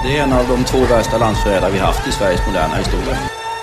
Det är en av de 2 värsta landsförrädare vi haft i Sveriges moderna historia.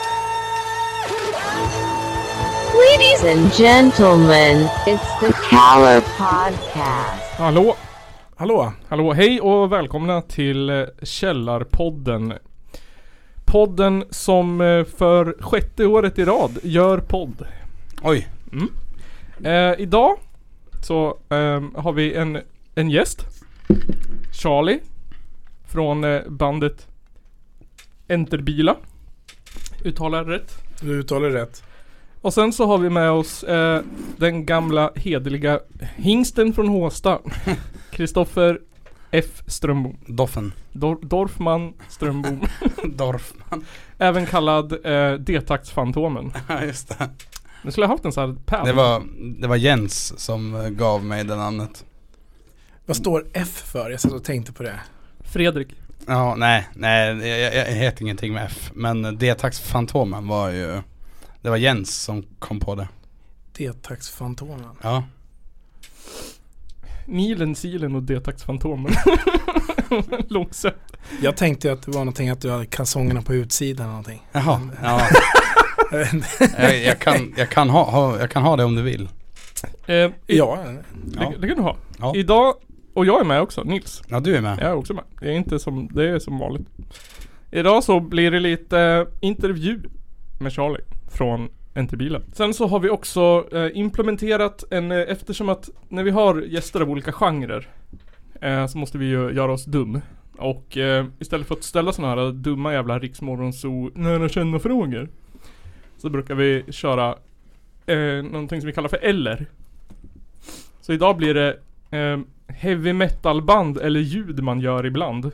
Ladies and gentlemen, it's the Caller Podcast. Hallå, hej och välkomna till Källarpodden. Podden som för 6:e året i rad gör podd. Oj. Idag så har vi en gäst. Charlie. Från bandet Enterbila. Uttalar rätt? Du uttalar rätt. Och sen så har vi med oss den gamla hederliga hingsten från Håsta. Kristoffer F. Strömbom. Doffen. Dorfman Strömbom. Dorfman. Även kallad D-taktsfantomen. Ja, just det. Nu skulle jag haft en sån här pad. Det var Jens som gav mig det namnet. Vad står F för? Jag satt och tänkte på det. Fredrik. Ja, nej, jag heter ingenting med F. Men D-taktsfantomen var ju... Det var Jens som kom på det. D-taktsfantomen. Ja. Nilen, Silen och D-taktsfantomen. Långsamt. Jag tänkte att det var någonting att du hade kalsongerna på utsidan eller någonting. Jaha, ja. jag kan ha det om du vill. Ja. Det kan du ha. Ja. Idag, och jag är med också, Nils. Ja, du är med. Jag är också med. Det är som vanligt. Idag så blir det lite intervju med Charlie från Enterbila. Sen så har vi också implementerat eftersom att när vi har gäster av olika genrer så måste vi ju göra oss dum. Och istället för att ställa såna här dumma jävla riksmorgonso nära kända frågor så brukar vi köra någonting som vi kallar för eller. Så idag blir det heavy metal band eller ljud man gör ibland.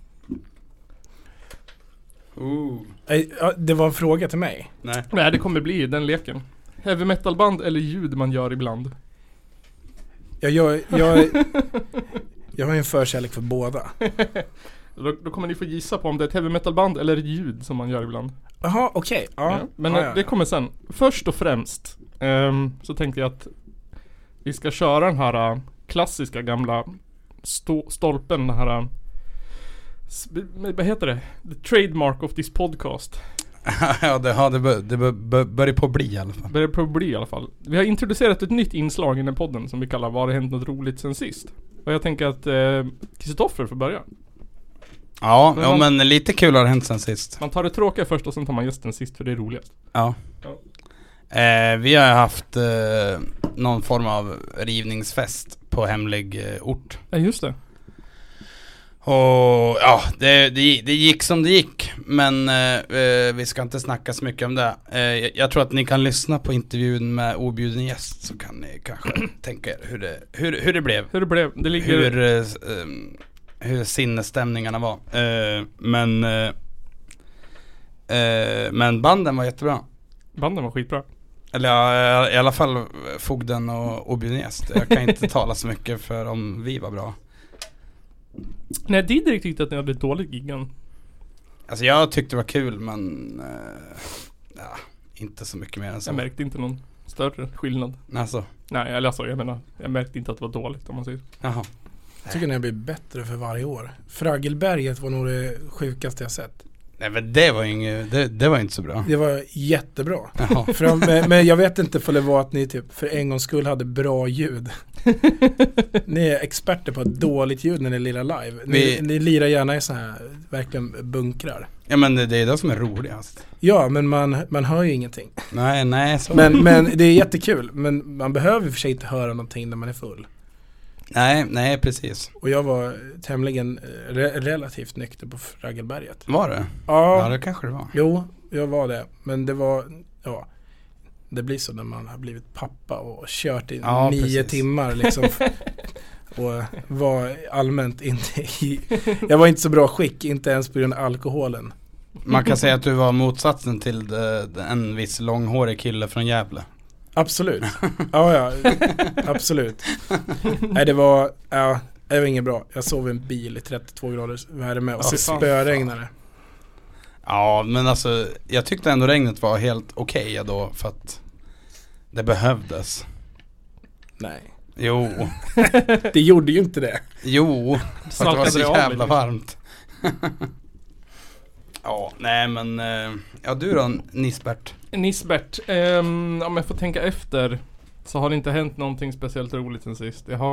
Det var en fråga till mig. Nej, det kommer bli den leken. Heavy metal band eller ljud man gör ibland. Jag har en förkärlek för båda. Då kommer ni få gissa på om det är ett heavy metal band eller ett ljud som man gör ibland. Jaha, okej. Ja. Men det kommer sen. Först och främst så tänkte jag att vi ska köra den här klassiska gamla stolpen, den här vad heter det? The trademark of this podcast. Ja, det börjar på bli i alla fall. Vi har introducerat ett nytt inslag i den podden som vi kallar Var det hänt något roligt sen sist? Och jag tänker att Kristoffer får börja. Ja, men lite kul har hänt sen sist. Man tar det tråkiga först och sen tar man gästen sist för det är roligast. Ja. Vi har haft någon form av rivningsfest på hemlig ort. Ja, just det. Och ja, det gick som det gick. Men vi ska inte snacka så mycket om det. Jag tror att ni kan lyssna på intervjun med objuden gäst, så kan ni kanske tänka er hur det blev. Det ligger... Hur sinnesstämningarna var. Men banden var jättebra. Banden var skitbra. Eller ja, i alla fall fogden och objuden gäst. Jag kan inte tala så mycket för om vi var bra. Nej, Didrik tyckte att ni hade ett dåligt giggan. Alltså jag tyckte det var kul, men inte så mycket mer än så. Jag märkte inte någon större skillnad. Alltså. Nej, alltså jag menar, jag märkte inte att det var dåligt om man säger. Jaha. Jag tycker det blir bättre för varje år. Fraggelberget var nog det sjukaste jag sett. Nej, men det var inte så bra. Det var jättebra. Men jag vet inte för det var att ni typ för en gångs skull hade bra ljud. Ni är experter på dåligt ljud när ni lirar live. Ni lirar gärna i så här verkligen bunkrar. Ja, men det är det som är roligast. Ja, men man hör ju ingenting. Nej. Men det är jättekul. Men man behöver för sig inte höra någonting när man är full. Nej, precis. Och jag var tämligen relativt nykter på Fraggelberget. Var det? Ja, det kanske det var. Jo, jag var det. Men det var, det blir så när man har blivit pappa och kört i 9 timmar liksom. Och var allmänt inte jag var inte så bra skick, inte ens på grund av alkoholen. Man kan säga att du var motsatsen till en viss långhårig kille från Gävle. Absolut. Ja, absolut. Nej, det var inget bra. Jag sov i en bil i 32 graders värme och så spöregnade. Ja, men alltså jag tyckte ändå regnet var helt okej då, för att det behövdes. Nej. Jo. Det gjorde ju inte det. Jo, för att det var så jävla varmt. Ja, nej men, ja du då Nisbert? Nisbert, om jag får tänka efter så har det inte hänt någonting speciellt roligt sen sist. Jag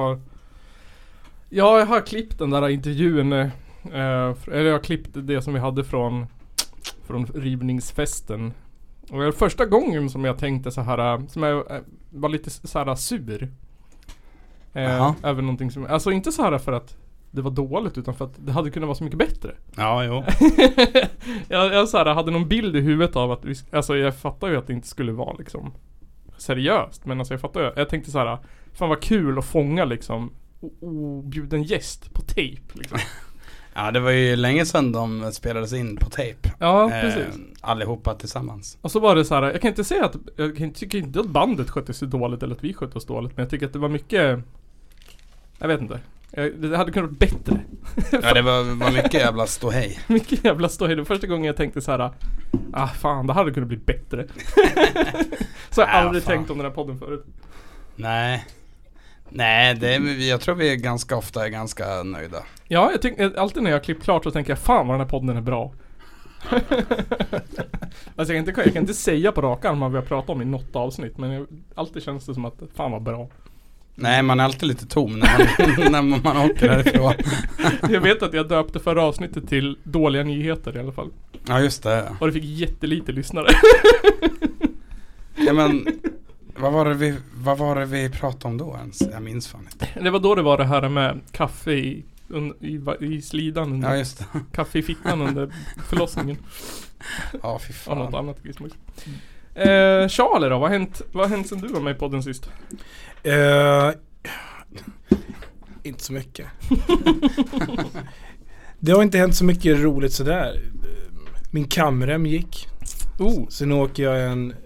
har klippt den där intervjun, eller jag har klippt det som vi hade från rivningsfesten. Och det var första gången som jag tänkte så här, som jag var lite så här sur. Även någonting som, alltså inte så här för att det var dåligt utan för att det hade kunnat vara så mycket bättre. Ja, jo. jag så här, hade någon bild i huvudet av att alltså jag fattar ju att det inte skulle vara liksom seriöst, men alltså jag tänkte så här, fan vad kul att fånga liksom objuden gäst på tejp liksom. Ja, det var ju länge sedan de spelades in på tejp. Ja, precis. Allihopa tillsammans. Och så var det så här, jag kan inte säga att jag tycker inte att bandet skötte sig dåligt eller att vi skötte oss dåligt, men jag tycker att det var mycket, jag vet inte. Det hade kunnat vara bättre. Ja, det var mycket jävla ståhej. Mycket jävla ståhej. Det var första gången jag tänkte så här, fan, det hade kunnat bli bättre. Så jag har aldrig tänkt om den här podden förut. Nej, jag tror vi ganska ofta är ganska nöjda. Ja, jag tycker alltid när jag klippt klart så tänker jag, fan vad den här podden är bra. Alltså jag kan inte säga på raka arm vad vi har pratat om i något avsnitt, men alltid känns det som att fan var bra. Nej, man är alltid lite tom när man åker härifrån. Jag vet att jag döpte förra avsnittet till dåliga nyheter i alla fall. Ja, just det. Och det fick jättelite lyssnare. Ja, men vad var det vi pratade om då ens? Jag minns fan inte. Det var då det var det här med kaffe i slidan under, ja, just det. Kaffe i fickan under förlossningen. Ja, fy fan. Och något annat gizmus. Charlie då, vad har hänt sen du var med i podden sist? Inte så mycket. Det har inte hänt så mycket roligt sådär. Min kamrem gick. Sen åker jag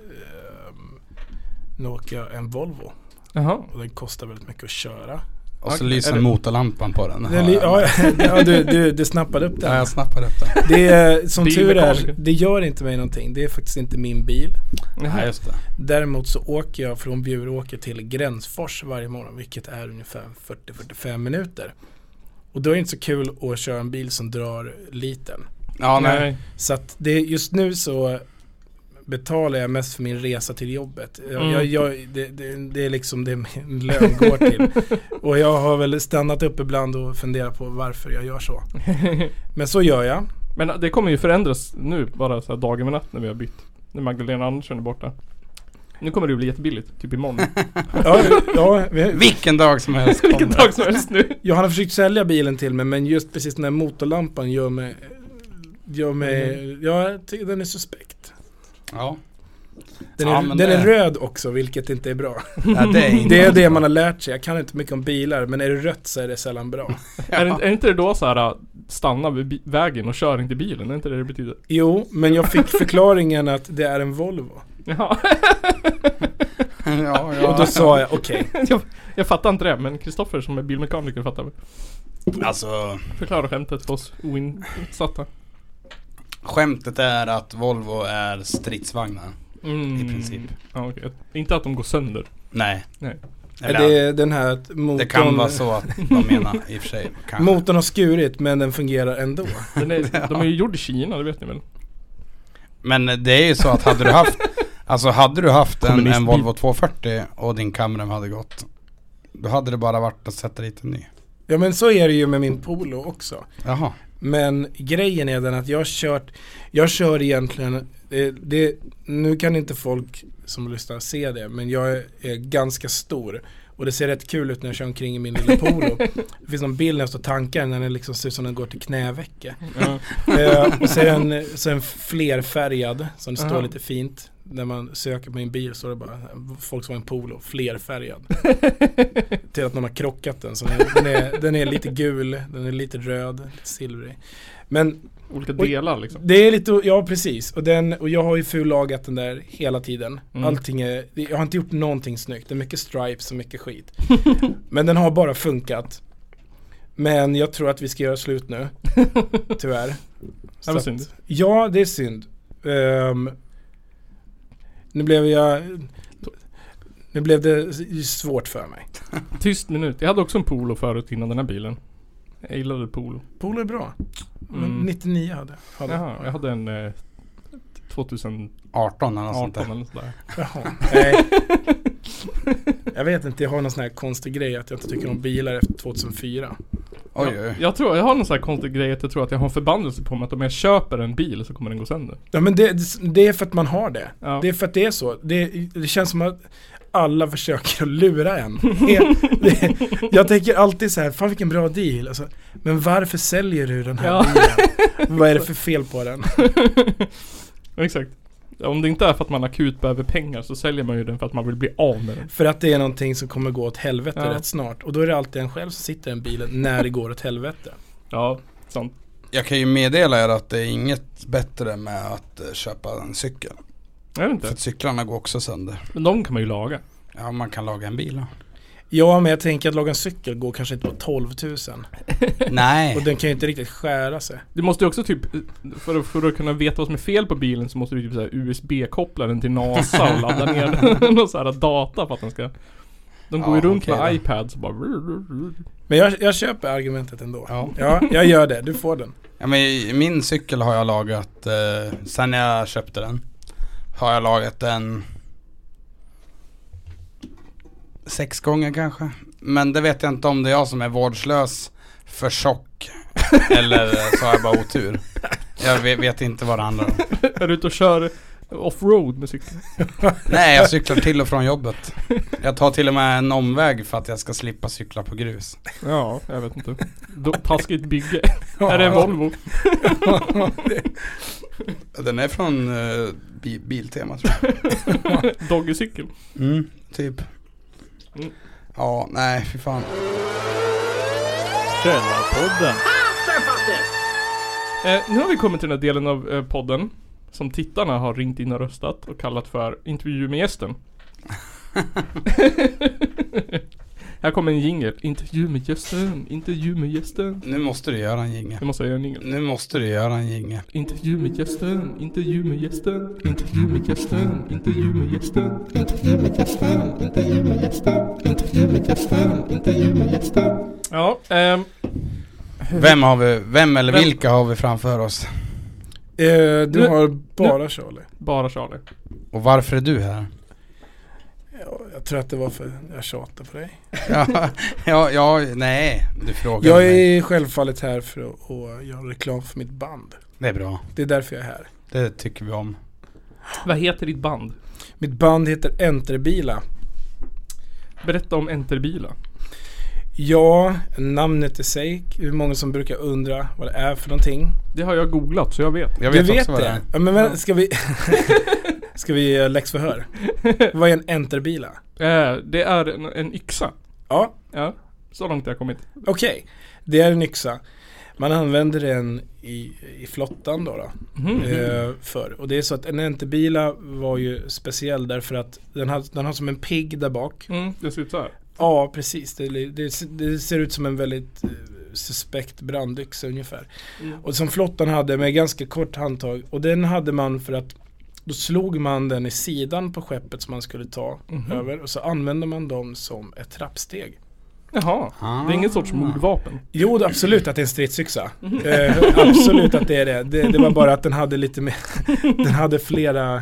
en Volvo. Jaha. Och den kostar väldigt mycket att köra. Och så lyser motorlampan på den. Du snappade upp den. Ja, jag snappade upp den. Det är, som tur är, det gör inte mig någonting. Det är faktiskt inte min bil. Ja, just det. Däremot så åker jag från Bjuråker till Gränsfors varje morgon, vilket är ungefär 40-45 minuter. Och då är det inte så kul att köra en bil som drar liten. Ja, nej. Så att just nu så betalar jag mest för min resa till jobbet. Det är liksom det min lön går till. Och jag har väl stannat upp ibland och funderat på varför jag gör så. Men så gör jag. Men det kommer ju förändras nu, bara så här dagen och natt när vi har bytt. När Magdalena Andersson är borta. Nu kommer det ju bli jättebilligt, typ imorgon. Vilken dag som helst. Vilken dag som helst nu. Jag har försökt sälja bilen till mig, men just precis den här motorlampan gör mig jag tycker den är suspekt. Ja. Den är röd också, vilket inte är bra. Ja, det är det man har lärt sig. Jag kan inte mycket om bilar, men är det rött så är det sällan bra. Är inte det då så här, stanna vid vägen och kör inte bilen? Är inte det betyder? Jo, men jag fick förklaringen att det är en Volvo. Ja. Ja. Och då sa jag okej. Jag fattar inte det, men Kristoffer som är bilmekaniker fattar väl. Alltså, förklara skämtet för oss oinsatta. Skämtet är att Volvo är stridsvagnar i princip. Ja, okay. Inte att de går sönder. Nej. Eller, det är den här motorn. Det kan vara så att de menar i och för sig. Kanske. Motorn har skurit, men den fungerar ändå. De är ju gjord i Kina, det vet ni väl. Men det är ju så att hade du haft en Volvo 240 och din kamera hade gått, då hade det bara varit att sätta dit en ny. Ja, men så är det ju med min Polo också. Jaha. Men grejen är den att jag kör egentligen nu kan inte folk som lyssnar se det, men jag är ganska stor och det ser rätt kul ut när jag kör omkring i min lilla Polo. Det finns någon bild när jag står tankar när den liksom ser ut som den går till knävecke. Och så är den flerfärgad, som det står lite fint. När man söker på min bil så är det bara Volkswagen Polo, flerfärgad. Till att någon har krockat den. Så den är lite gul, den är lite röd, lite silvrig. Men olika delar liksom. Det är lite, ja precis. Och jag har ju fullagat den där hela tiden. Allting jag har inte gjort någonting snyggt. Det är mycket stripes och mycket skit. Men den har bara funkat. Men jag tror att vi ska göra slut nu. Tyvärr. Det var synd. Ja, det är synd. Nu blev det svårt för mig. Tyst minut. Jag hade också en Polo förut innan den här bilen. Jag gillade Polo. Polo är bra. 99 hade. Jaha, jag hade en 2018 eller sånt där. Jaha, nej. Jag vet inte, jag har någon sån här konstig grej att jag inte tycker om bilar efter 2004. Oj. Jag tror jag har någon sån här konstig grej att jag tror att jag har en förbannelse på mig att om jag köper en bil så kommer den gå sönder. Ja, men det är för att man har det. Ja. Det är för att det är så. Det känns som att alla försöker att lura en. Jag tänker alltid så här, fan vilken bra deal. Alltså, men varför säljer du den här bilen? Vad är det för fel på den? Exakt. Om det inte är för att man akut behöver pengar så säljer man ju den för att man vill bli av med den. För att det är någonting som kommer gå åt helvete rätt snart. Och då är det alltid en själv som sitter i den bilen när det går åt helvete. Ja, sant. Jag kan ju meddela er att det är inget bättre med att köpa en cykel. Jag vet inte. För att cyklarna går också sönder. Men de kan man ju laga. Ja, man kan laga en bil. Ja, men jag tänker att laga en cykel går kanske inte på 12 000. Nej. Och den kan ju inte riktigt skära sig. Du måste ju också typ, för att kunna veta vad som är fel på bilen så måste du typ så här USB-koppla den till NASA och ladda ner någon så här data för att den ska... De går ju runt med iPads och bara... Men jag köper argumentet ändå. Ja, jag gör det. Du får den. Ja, men min cykel har jag lagat sen jag köpte den. Har jag lagat den 6 gånger kanske. Men det vet jag inte om det är jag som är vårdslös, för tjock eller så har jag bara otur. Jag vet inte vad det handlar om. Är du ute och kör offroad med cykeln? Nej, jag cyklar till och från jobbet. Jag tar till och med en omväg för att jag ska slippa cykla på grus. Ja, jag vet inte. Taskigt bygge. Är det en Volvo? Den är från Biltema, tror jag. Doggycykel. Typ. Ja, nej, fy fan. Källarpodden. Nu har vi kommit till den här delen av podden som tittarna har ringt in och röstat och kallat för intervju med gästen. Här kommer en jingle. Intervju med gästen. Intervju med gästen. Nu måste du göra en jingle. Nu måste jag göra en jingle. Nu måste du göra en jingle. Intervju med gästen. Intervju med gästen. Intervju med gästen. Intervju med gästen. Intervju med gästen. Intervju med gästen. Intervju med gästen. Intervju med gästen. Ja, Vem vilka har vi framför oss? Du har bara Charlie. Bara Charlie. Och varför är du här? Ja, jag tror att det var för jag tjatar på dig. Nej, du frågar Jag mig. är självfallet här för att göra reklam för mitt band. Det är bra. Det är därför jag är här. Det tycker vi om. Vad heter ditt band? Mitt band heter Enterbila. Berätta om Enterbila. Ja, namnet i sig. Hur många som brukar undra vad det är för någonting. Det har jag googlat så jag vet. Jag vet också vad det är. Ja, men ska vi läxförhör? Vad är en Enterbila? Det är en yxa. Ja. Ja, så långt har jag kommit. Okej, det är en yxa. Man använder den i flottan då. För. Och det är så att en Enterbila var ju speciell därför att den har som en pigg där bak. Det ser ut så här. Ja, precis. Det ser ut som en väldigt suspekt brandyxa ungefär. Och som flottan hade med ganska kort handtag. Och den hade man för att då slog man den i sidan på skeppet som man skulle ta över. Och så använde man dem som ett trappsteg. Jaha, det är ingen sorts mordvapen. Jo, absolut att det är en stridsyxa. Absolut att det är det. Det var bara att den hade lite mer. Den hade flera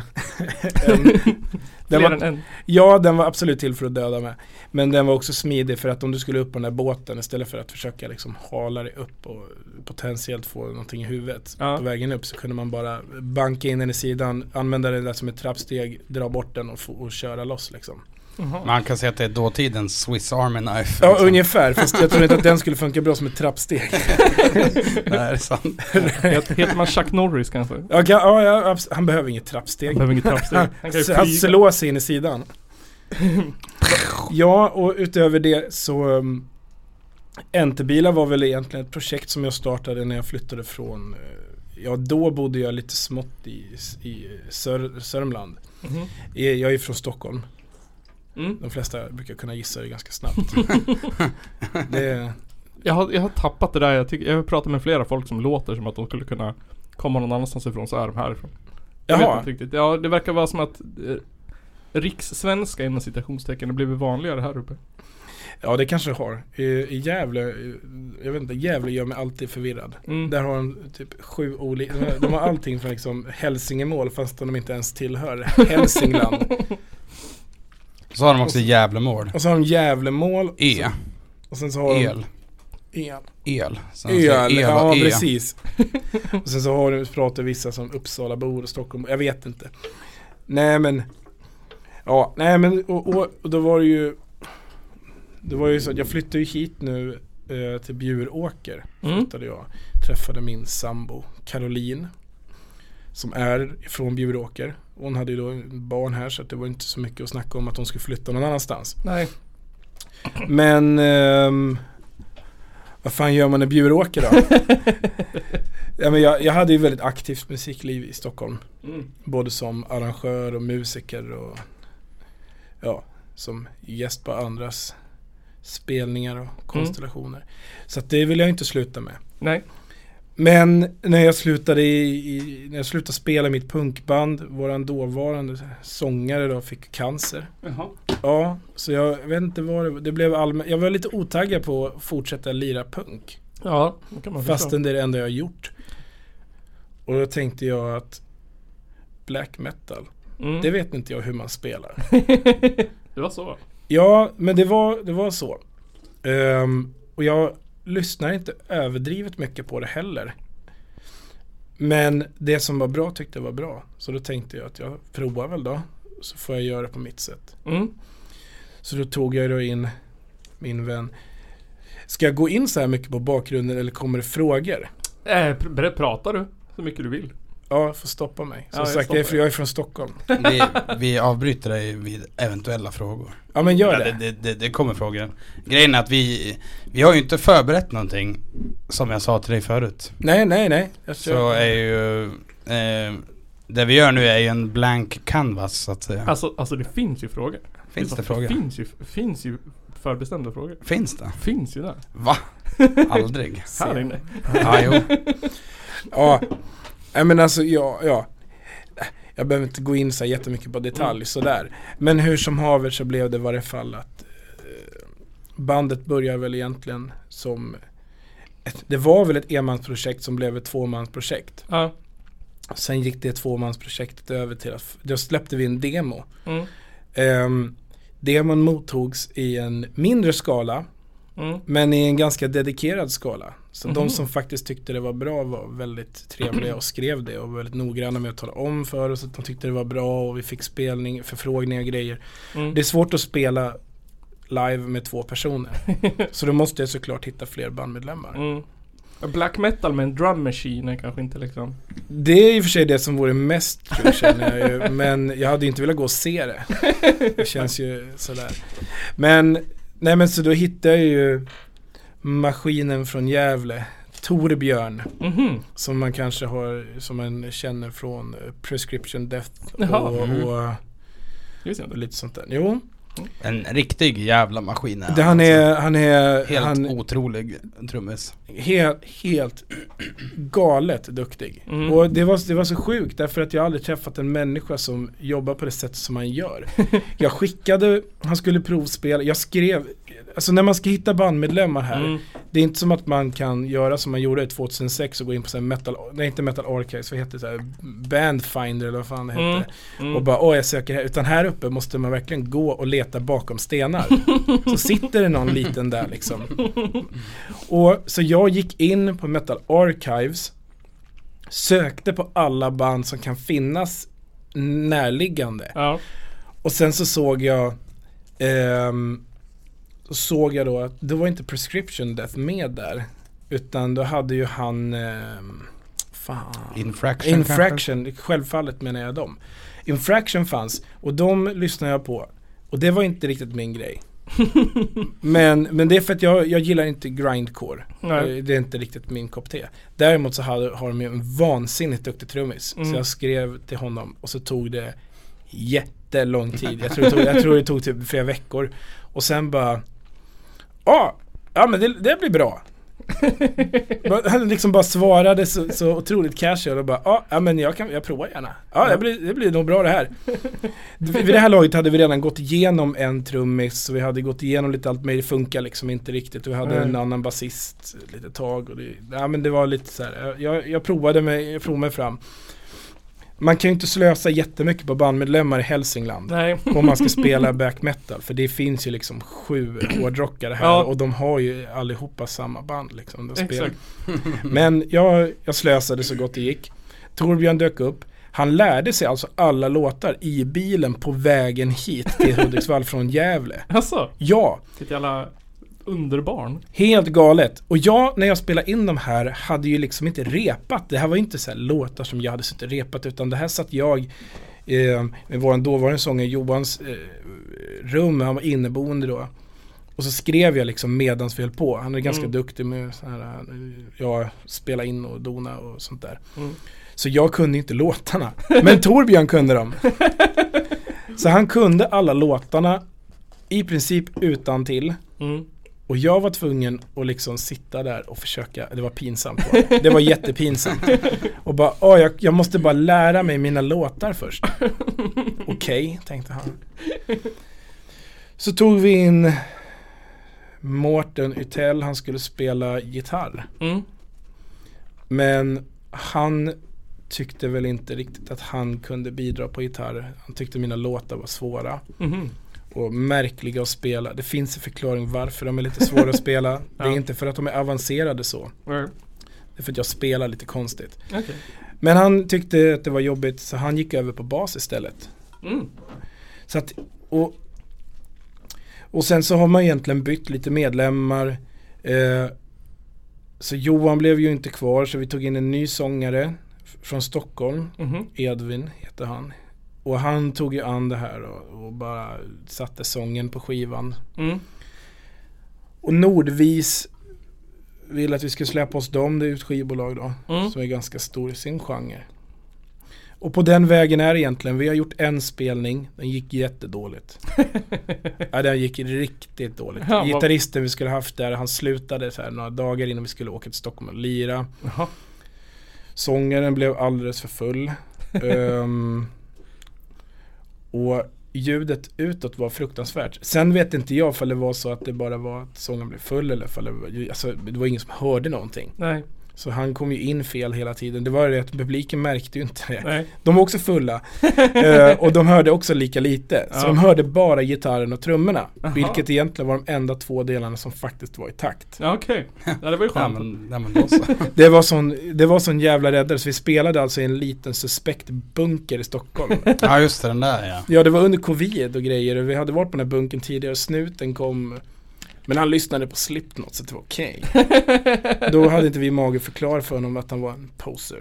Ja, den var absolut till för att döda med. Men den var också smidig för att om du skulle upp på den där båten istället för att försöka liksom hala dig upp och potentiellt få någonting i huvudet på vägen upp, så kunde man bara banka in den i sidan, använda det där som ett trappsteg, dra bort den och köra loss liksom. Man kan säga att det är dåtidens Swiss Army knife. Ja, liksom. Ungefär. Fast jag tror inte att den skulle funka bra som ett trappsteg. Det är sant. Heter man Chuck Norris kanske? Ja, han behöver inget trappsteg. Han slår sig in i sidan. Ja, och utöver det så Enterbila var väl egentligen ett projekt som jag startade när jag flyttade från då bodde jag lite smått i Sörmland. Jag är från Stockholm. De flesta brukar kunna gissa det ganska snabbt. Jag har tappat det där. Jag har pratat med flera folk som låter som att de skulle kunna komma någon annanstans ifrån, så är de härifrån. Jag vet inte riktigt. Ja, det verkar vara som att rikssvenska inom citationstecken har blivit vanligare här uppe. Ja, det kanske har. I Gävle, jag vet inte, Gävle gör mig alltid förvirrad. Där har de typ 7 olika, de har allting från liksom Hälsingemål fast de inte ens tillhör Hälsingland. Så har de också Gävlemål. Och så har de Gävlemål. Och sen så har El. Ja, precis. Och sen så har de, pratar vissa som Uppsala bor och Stockholm. Jag vet inte. Och då var det ju så att jag flyttade ju hit nu till Bjuråker. Flyttade jag. Träffade min sambo Caroline som är från Bjuråker. Hon hade ju då barn här så att det var inte så mycket att snacka om att hon skulle flytta någon annanstans. Nej. Men vad fan gör man i Bjuråker då? Ja, men jag hade ju väldigt aktivt musikliv i Stockholm. Både som arrangör och musiker och som gäst på andras spelningar och konstellationer. Så att det vill jag inte sluta med. Nej. Men när jag slutade när jag slutade spela mitt punkband, våran dåvarande sångare då fick cancer. Jaha. Ja, så jag vet inte vad det blev allmänt. Jag var lite otaggad på att fortsätta lira punk. Ja, det kan man förstå. Fastän det är det enda jag har gjort. Och då tänkte jag att black metal, det vet inte jag hur man spelar. Det var så? Ja, men det var så. Och jag lyssnar inte överdrivet mycket på det heller. Men det som var bra tyckte jag var bra. Så då tänkte jag att jag provar väl då. Så får jag göra det på mitt sätt. Så då tog jag då in min vän. Ska jag gå in så här mycket på bakgrunden eller kommer det frågor? Pratar du så mycket du vill. Ja, får stoppa mig. Som Ja, sagt, jag är från Stockholm. Vi avbryter dig vid eventuella frågor. Ja, men gör det. Det kommer frågor. Grejen är att vi har ju inte förberett någonting, som jag sa till dig förut. Nej. Så är ju det vi gör nu är ju en blank canvas, så att säga. Alltså det finns ju frågor. Finns det frågor? Finns ju förbestämda frågor. Finns det? Finns ju där. Va? Aldrig. Här inne. Ja, jo. Ja, men alltså jag behöver inte gå in så jättemycket på detalj sådär. Men hur som haver så blev det i varje fall att bandet börjar väl egentligen som det var väl ett enmansprojekt som blev ett tvåmansprojekt. Ja. Sen gick det tvåmansprojektet över till att då släppte vi en demo. Demon mottogs i en mindre skala, men i en ganska dedikerad skala. Så de som faktiskt tyckte det var bra var väldigt trevliga och skrev det och var väldigt noggranna med att tala om för oss att de tyckte det var bra, och vi fick förfrågningar och grejer. Det är svårt att spela live med 2 personer. Så då måste jag såklart hitta fler bandmedlemmar. Black metal med en drum machine är kanske inte liksom. Det är i och för sig det som vore mest kul, känner jag ju. Men jag hade inte velat gå och se det. Det känns ju sådär. Men så då hittade jag ju maskinen från Gävle, Torbjörn, som man kanske som man känner från Prescription Death och lite sånt där. Jo. En riktig jävla maskin. Han är helt otrolig trummis. Helt galet duktig. Och det var så sjukt därför att jag aldrig träffat en människa som jobbar på det sättet som han gör. Jag skickade, han skulle provspela, jag skrev, alltså när man ska hitta bandmedlemmar här, det är inte som att man kan göra som man gjorde 2006 och gå in på så här inte Metal Archives, vad heter det, så här, Bandfinder eller vad fan det heter, och bara jag söker här, utan här uppe måste man verkligen gå och leta bakom stenar. Så sitter det någon liten där liksom. Och så jag gick in på Metal Archives, sökte på alla band som kan finnas närliggande. Ja. Och sen så såg jag då att det var inte Prescription Death med där, utan då hade ju han Infraction, självfallet menar jag dem. Infraction fanns och de lyssnade jag på, och det var inte riktigt min grej. men det är för att jag gillar inte grindcore. Nej. Det är inte riktigt min kopp te. Däremot så har de en vansinnigt duktig trummis. Så jag skrev till honom och så tog det jättelång tid. Jag tror det tog typ flera veckor. Och sen bara men det blir bra. Han liksom bara svarade så otroligt casual och bara, ja men jag provar gärna. Ja, det blir nog bra det här. Vid det här laget hade vi redan gått igenom en trummis, så vi hade gått igenom lite allt, men det funkar liksom inte riktigt. Vi hade en annan basist lite tag och men det var lite så här. Jag provade mig fram. Man kan ju inte slösa jättemycket på bandmedlemmar i Hälsingland. Nej. Om man ska spela back metal. För det finns ju liksom 7 hårdrockare här. Och de har ju allihopa samma band liksom. Exakt. Men jag slösade så gott det gick. Torbjörn dök upp. Han lärde sig alltså alla låtar i bilen på vägen hit till Hudiksvall från Gävle. Alltså? Ja. Sitt jävla underbarn. Helt galet. Och när jag spelade in de här hade ju liksom inte repat. Det här var inte så här låtar som jag hade suttit repat, utan det här satt jag med våran dåvarande sångare Johans rum. Han var inneboende då. Och så skrev jag liksom medans vi höll på. Han är ganska duktig med så här, spela in och dona och sånt där. Så jag kunde inte låtarna. Men Torbjörn kunde dem. Så han kunde alla låtarna i princip utan till. Och jag var tvungen att liksom sitta där och försöka, det var pinsamt. Det var jättepinsamt. Och bara, jag måste bara lära mig mina låtar först. Okej, tänkte han. Så tog vi in Mårten Ytell, han skulle spela gitarr. Men han tyckte väl inte riktigt att han kunde bidra på gitarr. Han tyckte mina låtar var svåra. Och märkliga att spela. Det finns en förklaring varför de är lite svåra att spela. Det är inte för att de är avancerade så. Det är för att jag spelar lite konstigt. Okay. Men han tyckte att det var jobbigt, så han gick över på bas istället. Så att, och sen så har man egentligen bytt lite medlemmar. Så Johan blev ju inte kvar, så vi tog in en ny sångare från Stockholm. Edvin heter han. Och han tog ju an det här och bara satte sången på skivan. Och Nordvis ville att vi skulle släppa oss dem. Det är ett skivbolag då, som är ganska stor i sin genre. Och på den vägen är det egentligen. Vi har gjort en spelning. Den gick jättedåligt. Ja, den gick riktigt dåligt. Gitarristen vi skulle haft där, han slutade så här några dagar innan vi skulle åka till Stockholm och lira. Sångaren blev alldeles för full. Och ljudet utåt var fruktansvärt. Sen vet inte jag ifall det var så att det bara var att sången blev full, eller ifall det var ingen som hörde någonting. Nej. Så han kom ju in fel hela tiden. Det var det att publiken märkte ju inte det. Nej. De var också fulla. Och de hörde också lika lite. Så de hörde bara gitarren och trummorna. Vilket egentligen var de enda 2 delarna som faktiskt var i takt. Ja, okej. Ja, det var ju skönt. Det var sån jävla räddare. Så vi spelade alltså i en liten suspekt bunker i Stockholm. Ja, just det, den där, ja. Ja, det var under covid och grejer. Vi hade varit på den här bunkern tidigare. Snuten kom... Men han lyssnade på Slipknot, så det var okej. Då hade inte vi mage förklara för honom att han var en poser.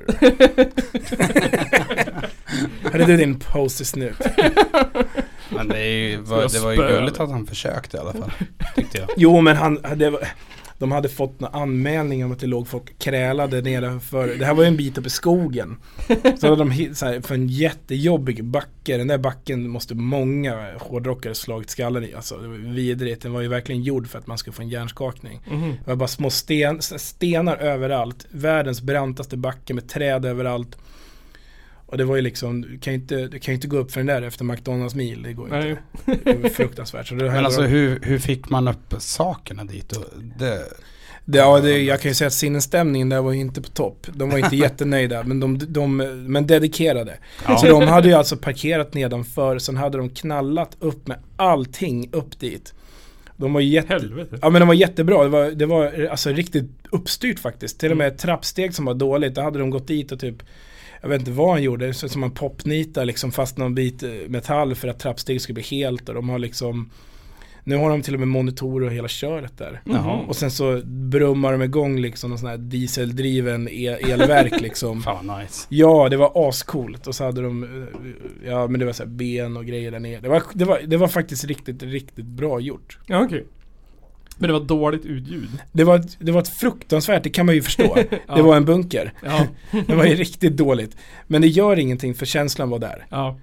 Hade du din poser-snut? Men det var ju gulligt att han försökte i alla fall, tyckte jag. Jo, men de hade fått en anmälning om att det låg folk krälade nedanför. Det här var ju en bit upp i skogen. Så hade de så här, för en jättejobbig backe. Den där backen måste många hårdrockare slagit skallen i. Alltså, det var vidrigt. Den var ju verkligen gjord för att man skulle få en hjärnskakning. Det var bara små stenar överallt. Världens brantaste backe med träd överallt. Och det var ju liksom, du kan ju inte gå upp för den där efter McDonalds mil. Det går inte. Det var fruktansvärt. Så det men alltså hur fick man upp sakerna dit? Och jag kan ju säga att sinnesstämningen där var ju inte på topp. De var inte jättenöjda, men dedikerade. Ja. Så de hade ju alltså parkerat nedanför, sen hade de knallat upp med allting upp dit. De var Helvete. Ja, men de var jättebra. Det var alltså riktigt uppstyrt faktiskt. Till och med ett trappsteg som var dåligt, då hade de gått dit och typ, jag vet inte vad han gjorde, så som man popnitar liksom fast någon bit metall för att trappsteg skulle bli helt, och de har liksom, nu har de till och med monitorer och hela köret där. Och sen så brummar de igång liksom någon sån här dieseldriven elverk liksom. Fan, nice. Ja, det var ascoolt. Och så hade de, ja men det var så här ben och grejer där nere. Det var faktiskt riktigt, riktigt bra gjort. Ja, okej. Men det var dåligt utljud. Det var ett fruktansvärt, det kan man ju förstå. Det var en bunker. Ja. Det var ju riktigt dåligt. Men det gör ingenting, för känslan var där. Ja,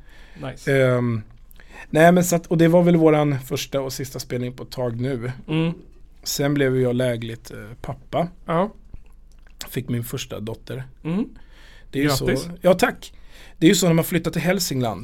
nice. Nej, men och det var väl våran första och sista spelning på ett tag nu. Sen blev jag lägligt pappa. Ja. Fick min första dotter. Det är ju Grattis. så. Ja, tack. Det är ju så när man flyttar till Hälsingland.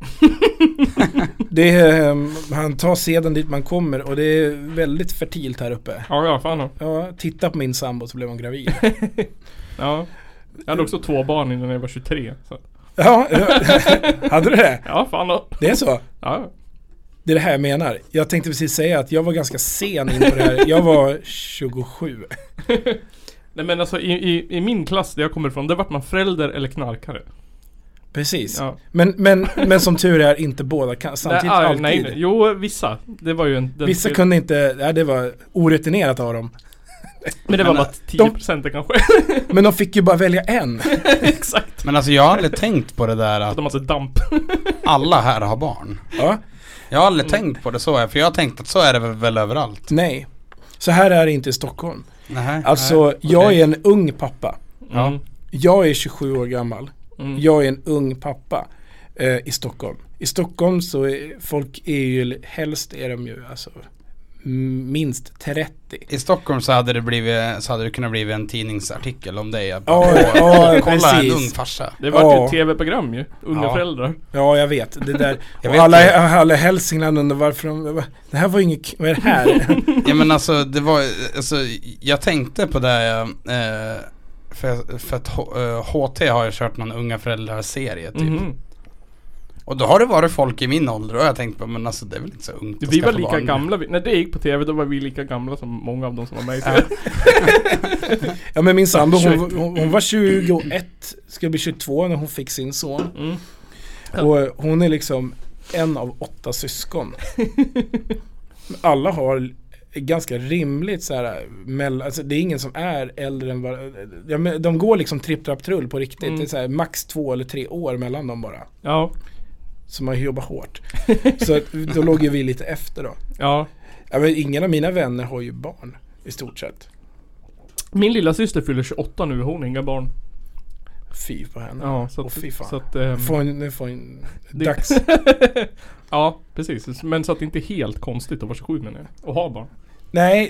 Han tar sedan dit man kommer och det är väldigt fertilt här uppe. Ja, fan. Ja, titta på min sambo så blev hon gravid. Ja. Jag hade också 2 barn innan jag var 23. Så. Ja, hade du det? Ja, fan då. Det är så? Ja. Det är det här jag menar. Jag tänkte precis säga att jag var ganska sen in på det här. Jag var 27. Nej, men alltså i min klass där jag kommer ifrån, där vart man förälder eller knarkare. Precis. Ja. Men som tur är inte båda samtidigt alltid. Nej. Jo, vissa. Det var ju vissa kunde inte, det var orutinerat av dem. Men det var bara 10% kanske. Men de fick ju bara välja en. Exakt. Men alltså jag har aldrig tänkt på det där att de har så damp. alla här har barn. Ja. Jag har aldrig tänkt på det så, för jag har tänkt att så är det väl överallt. Nej. Så här är det inte i Stockholm. Nej, alltså jag är en ung pappa. Ja. Jag är 27 år gammal. Jag är en ung pappa i Stockholm. I Stockholm så är folk helst är de ju alltså minst 30. I Stockholm så hade det kunnat bli en tidningsartikel om dig. Ja, kolla precis. En ung farsa. Det var ju ett tv-program ju. Unga föräldrar. Ja, jag vet. Det där. Jag och vet alla Hälsingland undrar varför det här var inget. Vad är det här? Ja, men alltså det var jag tänkte på det för att HT har ju kört någon unga föräldrar-serie typ. Och då har det varit folk i min ålder och jag tänkte på, men alltså det är väl inte så ungt. Vi var lika gamla. När det gick på tv då var vi lika gamla som många av dem som var med i tv. Ja, men min sambo hon var 21, ska bli 22 när hon fick sin son. Och hon är liksom en av 8 syskon. Alla har ganska rimligt så här alltså det är ingen som är äldre än de går liksom tripp-trapp-trull på riktigt. Det är så här, max 2 eller 3 år mellan dem bara. Ja. Så man jobbar hårt. Så då låg ju vi lite efter då. Ja. Men ingen av mina vänner har ju barn i stort sett. Min lilla syster fyller 28 nu, hon har inga barn. Fy på henne. Ja, så att, fy fan. Så att, får en dags. Ja, precis. Men så att det inte är helt konstigt att vara 27 menar jag. Och ha barn. Nej.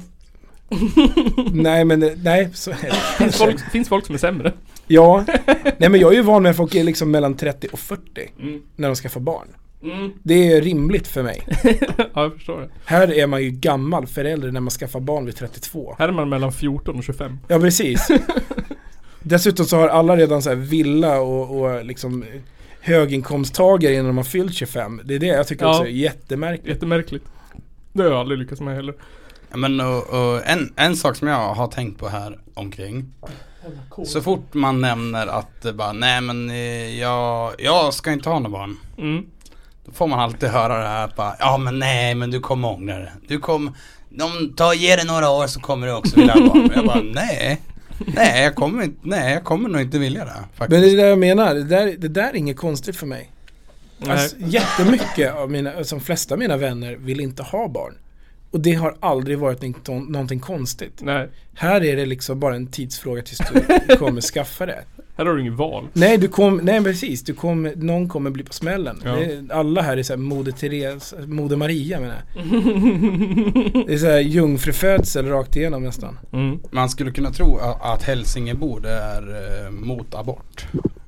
Nej, så finns folk som är sämre. Ja. Nej, men jag är ju van med att folk är liksom mellan 30 och 40 när de ska få barn. Det är rimligt för mig. Ja, jag förstår det. Här är man ju gammal förälder när man skaffar barn vid 32. Här är man mellan 14 och 25. Ja, precis. Dessutom så har alla redan så här villa och liksom höginkomsttagare innan de har fyllt 25. Det är det jag tycker också är jättemärkligt. Jättemärkligt. Det har jag aldrig lyckats med heller. Ja, men och en sak som jag har tänkt på här omkring. Så fort man nämner att bara, nej men jag ska inte ha några barn. Då får man alltid höra det här bara, ja men nej men du kommer ångra det. Ge det några år så kommer du också vilja ha barn. Jag bara, nej jag kommer nog inte vilja det faktiskt. Men det är det jag menar, det där är inget konstigt för mig. Alltså, jättemycket av de flesta av mina vänner vill inte ha barn. Och det har aldrig varit någonting konstigt. Nej. Här är det liksom bara en tidsfråga tills du kommer skaffa det. Här har du ingen val. Nej, precis. Någon kommer bli på smällen. Ja. Alla här är så här Moder Maria menar jag. Det är så här jungfrufödsel rakt igenom nästan. Man skulle kunna tro att Hälsingebor är mot abort.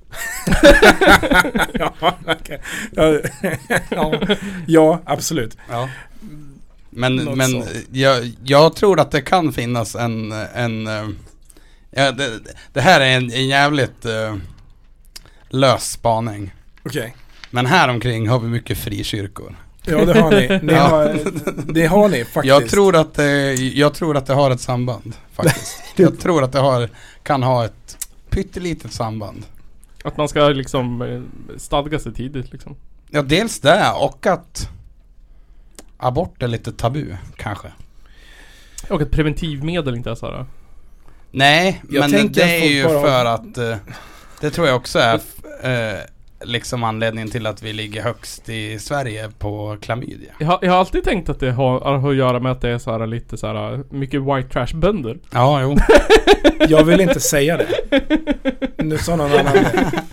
Ja, absolut. Ja. Men jag tror att det kan finnas det här är en jävligt lös spaning. Okej. Men här omkring har vi mycket frikyrkor. Ja, det har ni. Det har ni faktiskt. Jag tror att det har ett samband faktiskt. Jag tror att det kan ha ett pyttelitet samband. Att man ska liksom stadga sig tidigt liksom. Ja, dels det och att abort är lite tabu kanske. Och ett preventivmedel inte är så här. Nej, men det är ju för att det tror jag också är liksom anledningen till att vi ligger högst i Sverige på klamydia. Jag har alltid tänkt att det har att göra med att det är så här lite så här mycket white trash bönder. Ja, jo. Jag vill inte säga det. Nu sa någon annan det.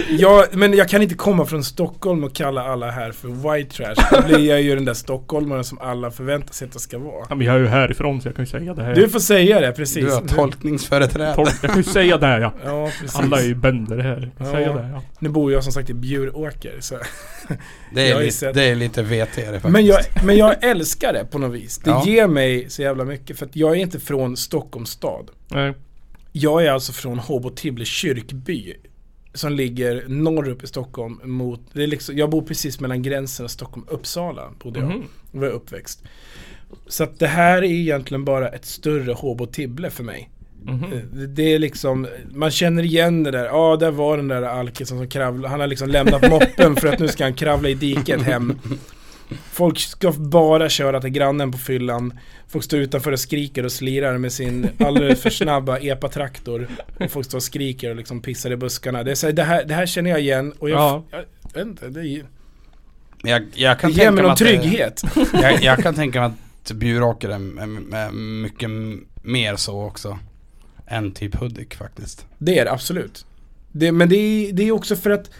Men jag kan inte komma från Stockholm och kalla alla här för white trash. Då blir jag ju den där stockholmaren som alla förväntar sig att det ska vara. Ja, men jag är ju härifrån så jag kan ju säga det här. Du får säga det, precis. Du har tolkningsföreträde. Jag kan ju säga det, ja. Ja, precis. Alla är ju bönder här. Jag kan säga det, ja. Nu bor jag som sagt i Bjuråker, så Det är lite VT det faktiskt. Men jag älskar det på något vis. Det Ja. ger mig så jävla mycket, för att jag är inte från Stockholms stad. Nej. Jag är alltså från Håbo-Tibble kyrkby, som ligger norr upp i Stockholm mot, det är liksom, jag bor precis mellan gränsen av Stockholm och Uppsala, bodde jag och var uppväxt. Så att det här är egentligen bara ett större Håbo-Tibble för mig. Det är liksom, man känner igen det där. Där var den där alkisen som kravlar. Han har liksom lämnat moppen för att nu ska han kravla i diket hem. Folk ska bara köra till grannen på fyllan. Folk står utanför och skriker och slirar med sin alldeles för snabba epa-traktor. Och folk står och skriker och liksom pissar i buskarna. Det är så, det här känner jag igen. Och jag vet inte, det är, jag kan det ger mig någon trygghet. Jag kan tänka mig att Bjuråker är mycket mer så också än typ Hudik faktiskt. Det är det, absolut. Men det är också för att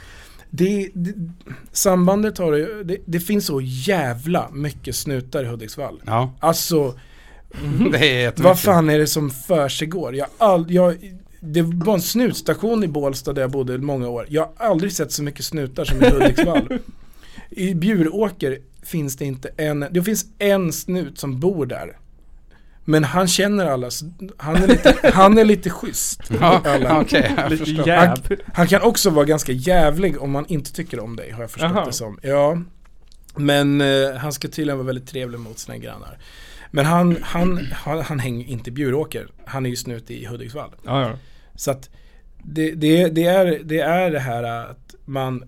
sambandet har det finns så jävla mycket snutar i Hudiksvall. Ja. Alltså det är vad fan är det som försiggår? Det var en snutstation i Bålstad där jag bodde i många år. Jag har aldrig sett så mycket snutar som i Hudiksvall. I Bjuråker finns det inte det finns en snut som bor där. Men han känner alla, han är lite schysst. Ja, okay, han kan också vara ganska jävlig om man inte tycker om dig, har jag förstått det som. Ja. Men han ska tydligen vara väldigt trevlig mot sina grannar. Men han hänger inte i Bjuråker. Han är ju snut i Hudiksvall. Ja. Så att det är det här att man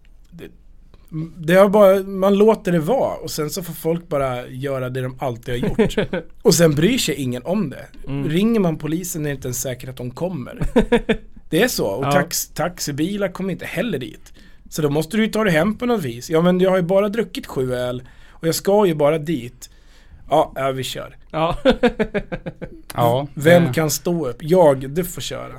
man låter det vara och sen så får folk bara göra det de alltid har gjort. Och sen bryr sig ingen om det. Ringer man polisen är det inte ens säkert att de kommer. Det är så. Och taxibilar kommer inte heller dit. Så då måste du ju ta det hem på något vis. Ja, men jag har ju bara druckit 7 öl och jag ska ju bara dit. Ja, vi kör. Ja. Vem kan stå upp? Du får köra.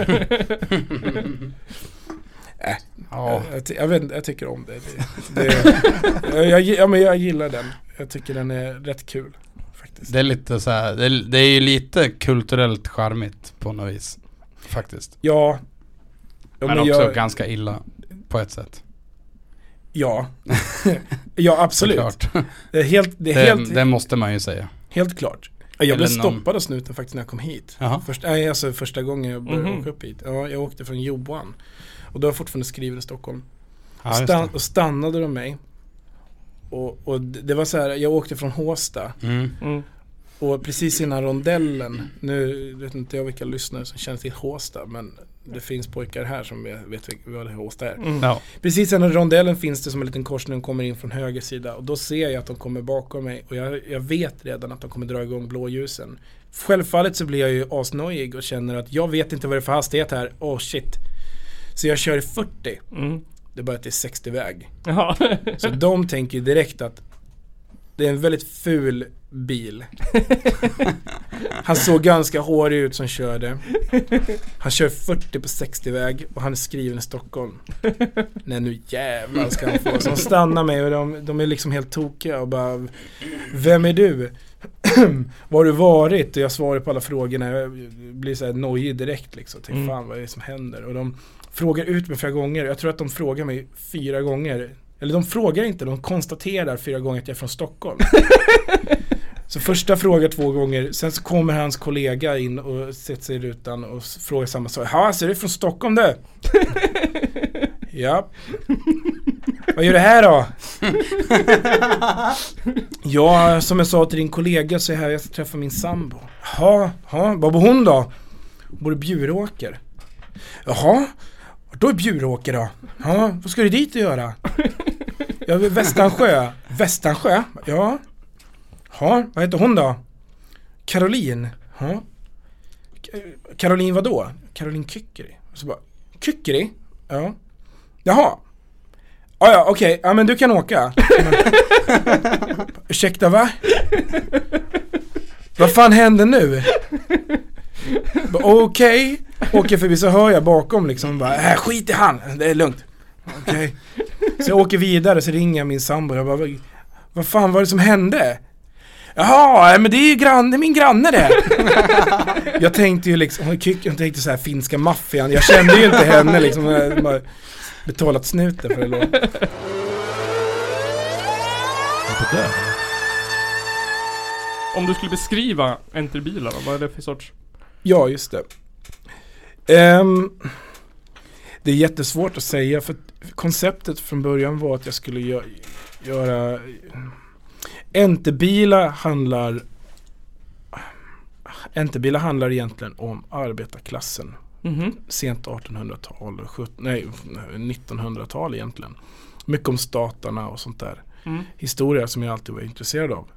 Jag vet inte, jag tycker om det. Jag gillar den. Jag tycker den är rätt kul faktiskt. Det är lite så här, det är ju lite kulturellt charmigt på något vis faktiskt. Ja. Men också ganska illa på ett sätt. Ja. Ja, absolut. Det måste man ju säga. Helt klart. Jag blev stoppad av snuten faktiskt när jag kom hit. Första gången jag började åka upp hit. Ja, jag åkte från Johan. Och då har jag fortfarande skrivit i Stockholm. Och stannade de mig. Och det var så här, jag åkte från Håsta. Och precis innan rondellen, nu vet inte jag vilka lyssnare som känner till Håsta, men det finns pojkar här som vet vad Håsta är. Precis innan rondellen finns det som en liten korsning, kommer in från höger sida. Och då ser jag att de kommer bakom mig. Och jag vet redan att de kommer dra igång blåljusen. Självfallet så blir jag ju asnojig och känner att jag vet inte vad det är för hastighet här. Shit. Så jag kör i 40. Det är bara att det är 60-väg. Så de tänker ju direkt att det är en väldigt ful bil. Han såg ganska hårig ut som körde. Han kör 40 på 60-väg och han är skriven i Stockholm. Nej, nu jävlar ska han få. Så de stannar mig och de är liksom helt tokiga och bara, vem är du? Var har du varit? Och jag svarar på alla frågorna. Jag blir så här nojig direkt liksom. Tänk fan, vad är det som händer? Och de frågar ut mig flera gånger. Jag tror att de frågar mig 4 gånger. Eller de frågar inte, de konstaterar 4 gånger att jag är från Stockholm. Så första frågar 2 gånger. Sen så kommer hans kollega in och sätter sig i rutan och frågar samma sak. Ja, så är du från Stockholm du? Ja. Vad gör du här då? Ja, som jag sa till din kollega så är här jag ska träffa min sambo. Jaha, vad bor hon då? Hon bor i Bjuråker. Jaha, då är Bjuråker då? Ja, vad ska du dit och göra? Ja, Västansjö. Västansjö? Ja. Ja, vad heter hon då? Caroline. Ja. Caroline vad då? Caroline Kyckeri. Så bara, Kyckeri? Ja. Jaha. Ja, okej. Ja, men du kan åka. Ursäkta, va? Vad fan händer nu? Okej. Åker förbi så hör jag bakom liksom bara, skit i han, det är lugnt. Okej. Så jag åker vidare så ringer jag min sambo. Jag bara, vad fan var det som hände? Jaha, men det är ju min granne det. Jag tänkte ju liksom, jag tänkte så här finska maffian. Jag kände ju inte henne liksom. Jag bara betalat snuten för det låg. Om du skulle beskriva Enterbilar då, vad är det för sorts? Ja, just det. Det är jättesvårt att säga för konceptet från början var att jag skulle göra Enterbilar handlar egentligen om arbetarklassen. Sent 1800-tal 1900-tal egentligen. Mycket om statarna och sånt där. Historia som jag alltid var intresserad av.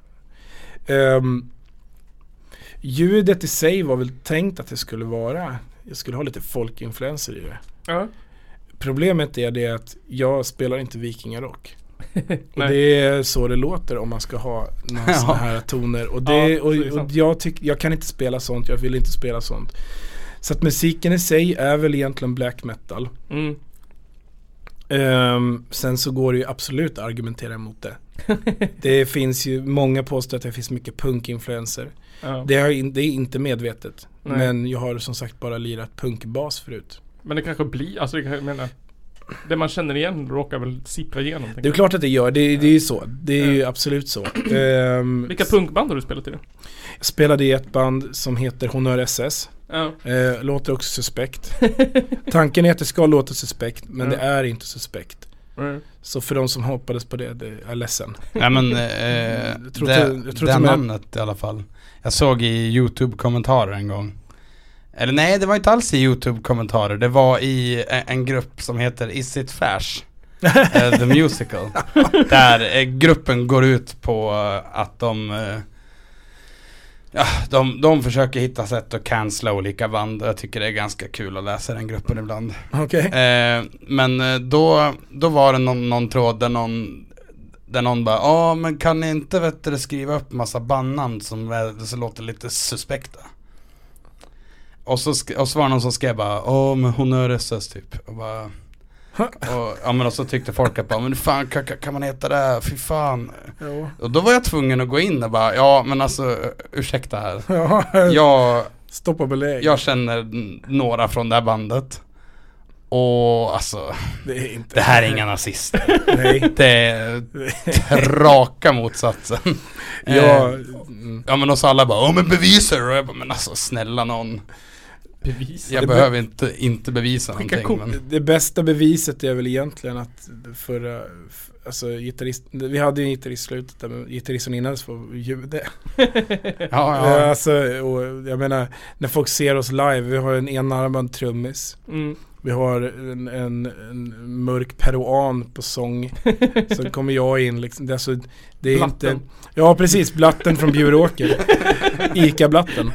Ljudet i sig var väl tänkt att det skulle vara, jag skulle ha lite folkinfluenser i det. Problemet är det att jag spelar inte vikingarock. Och det är så det låter om man ska ha några såna här toner. Och jag kan inte spela sånt, jag vill inte spela sånt. Så att musiken i sig är väl egentligen black metal. Sen så går det ju absolut att argumentera emot det. Det finns ju, många påstår att det finns mycket punkinfluenser. Det är inte medvetet. Nej. Men jag har som sagt bara lirat punkbas förut. Men det kanske blir, alltså jag menar, det man känner igen råkar väl sippra igenom. Det är klart att det gör, det är ju så. Det är ju absolut så. Vilka punkband har du spelat i det? Jag spelade i ett band som heter Honör SS. Låter också suspekt. Tanken är att det ska låta suspekt, men det är inte suspekt. Så för de som hoppades på det är jag ledsen. Ja, men det namnet i alla fall. Jag såg i YouTube-kommentarer en gång. Eller nej, det var inte alls i YouTube-kommentarer. Det var i en grupp som heter Is It Flash? The Musical. Där gruppen går ut på att de försöker hitta sätt att cancella olika band. Jag tycker det är ganska kul att läsa den gruppen ibland. Men då var det någon tråd där någon bara, men kan ni inte skriva upp massa bandnamn som så låter lite suspekta? Och så var det någon som skrev bara, men Honör SS typ. Och bara, och så tyckte folk att men fan kan man heta det? Fy fan. Jo. Och då var jag tvungen att gå in och bara, men alltså ursäkta här. Stoppa belägg. Jag känner några från det här bandet. Och alltså det här är inga nazister. Nej. Det är raka motsatsen. Ja, men också alla bara, men bevisar. Och jag bara, men alltså snälla någon. Bevisa. Jag behöver inte bevisa någonting. Men. Det bästa beviset är väl egentligen att vi hade ju en gitarrist slutet där, men gitarristen innan var jude. Alltså, och jag menar, när folk ser oss live, vi har en enarmad trummis. Vi har en mörk peruan på sång. Så kommer jag in liksom. Det är inte. Ja, precis, Blatten från Bjuråker. Ica-Blatten.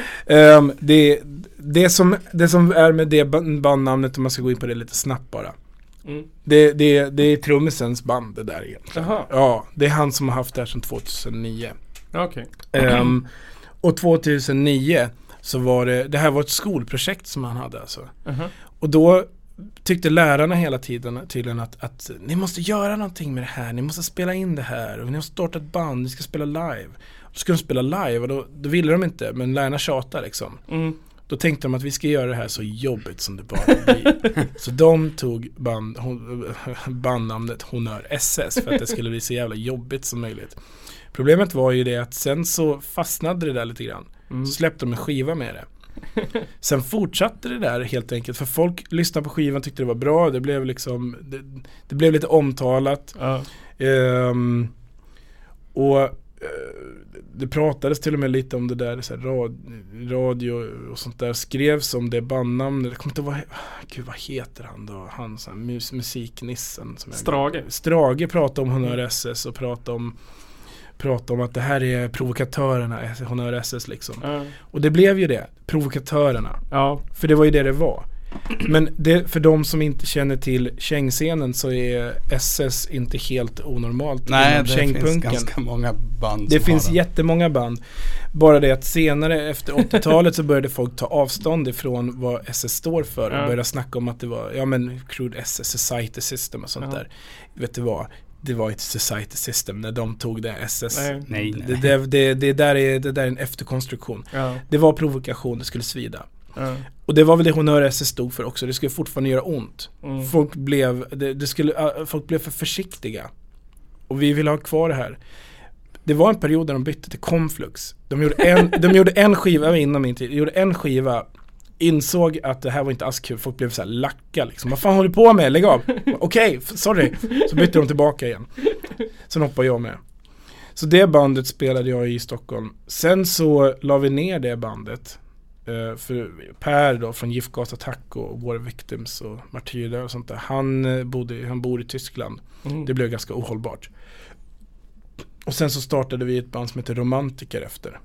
Det som är med det bandnamnet, om man ska gå in på det lite snabbt bara. Det är trummisens band det där egentligen. Ja, det är han som har haft det här sedan 2009. Okej. Och 2009 så var det här var ett skolprojekt som han hade alltså. Och då tyckte lärarna hela tiden tydligen att ni måste göra någonting med det här, ni måste spela in det här och ni måste starta ett band, ni ska spela live. Då skulle de spela live och då ville de inte, men lärarna tjatade liksom. Då tänkte de att vi ska göra det här så jobbigt som det bara blir. Så de tog bandnamnet Honör SS för att det skulle bli så jävla jobbigt som möjligt. Problemet var ju det att sen så fastnade det där lite grann. Så släppte de en skiva med det. Sen fortsatte det där helt enkelt. För folk lyssnade på skivan, tyckte det var bra. Det blev liksom det blev lite omtalat. Och det pratades till och med lite om det där så här, radio och sånt där skrevs om det bandnamnet. Jag kommer inte ihåg vad heter han då? Han så här, musiknissen som Strage pratade om Honör SS och pratade om att det här är provokatörerna, Honör SS liksom. Och det blev ju det, provokatörerna. För det var ju det var. Men för de som inte känner till kängscenen så är SS inte helt onormalt. Nej, det finns ganska många band. Det finns jättemånga band. Bara det att senare efter 80-talet så började folk ta avstånd ifrån vad SS står för och började snacka om att det var Crude SS Society System och sånt där. Vet du vad? Det var ett society system när de tog det SS. Nej. Det där är en efterkonstruktion. Ja. Det var provokation, det skulle svida. Och det var väl det Honör SS stod för också. Det skulle fortfarande göra ont. Folk blev för försiktiga. Och vi vill ha kvar det här. Det var en period där de bytte till Conflux. De gjorde en skiva innan min tid. De gjorde en skiva, insåg att det här var inte alls kul. Folk blev så här lacka liksom. Vad fan håller du på med? Lägg av. Okej, sorry. Så bytte de tillbaka igen. Sen hoppade jag med. Så det bandet spelade jag i Stockholm. Sen så la vi ner det bandet. För Per då från Giftgas Attack och War Victims och Martyrer och sånt där. Han bor i Tyskland. Det blev ganska ohållbart. Och sen så startade vi ett band som heter Romantiker efter.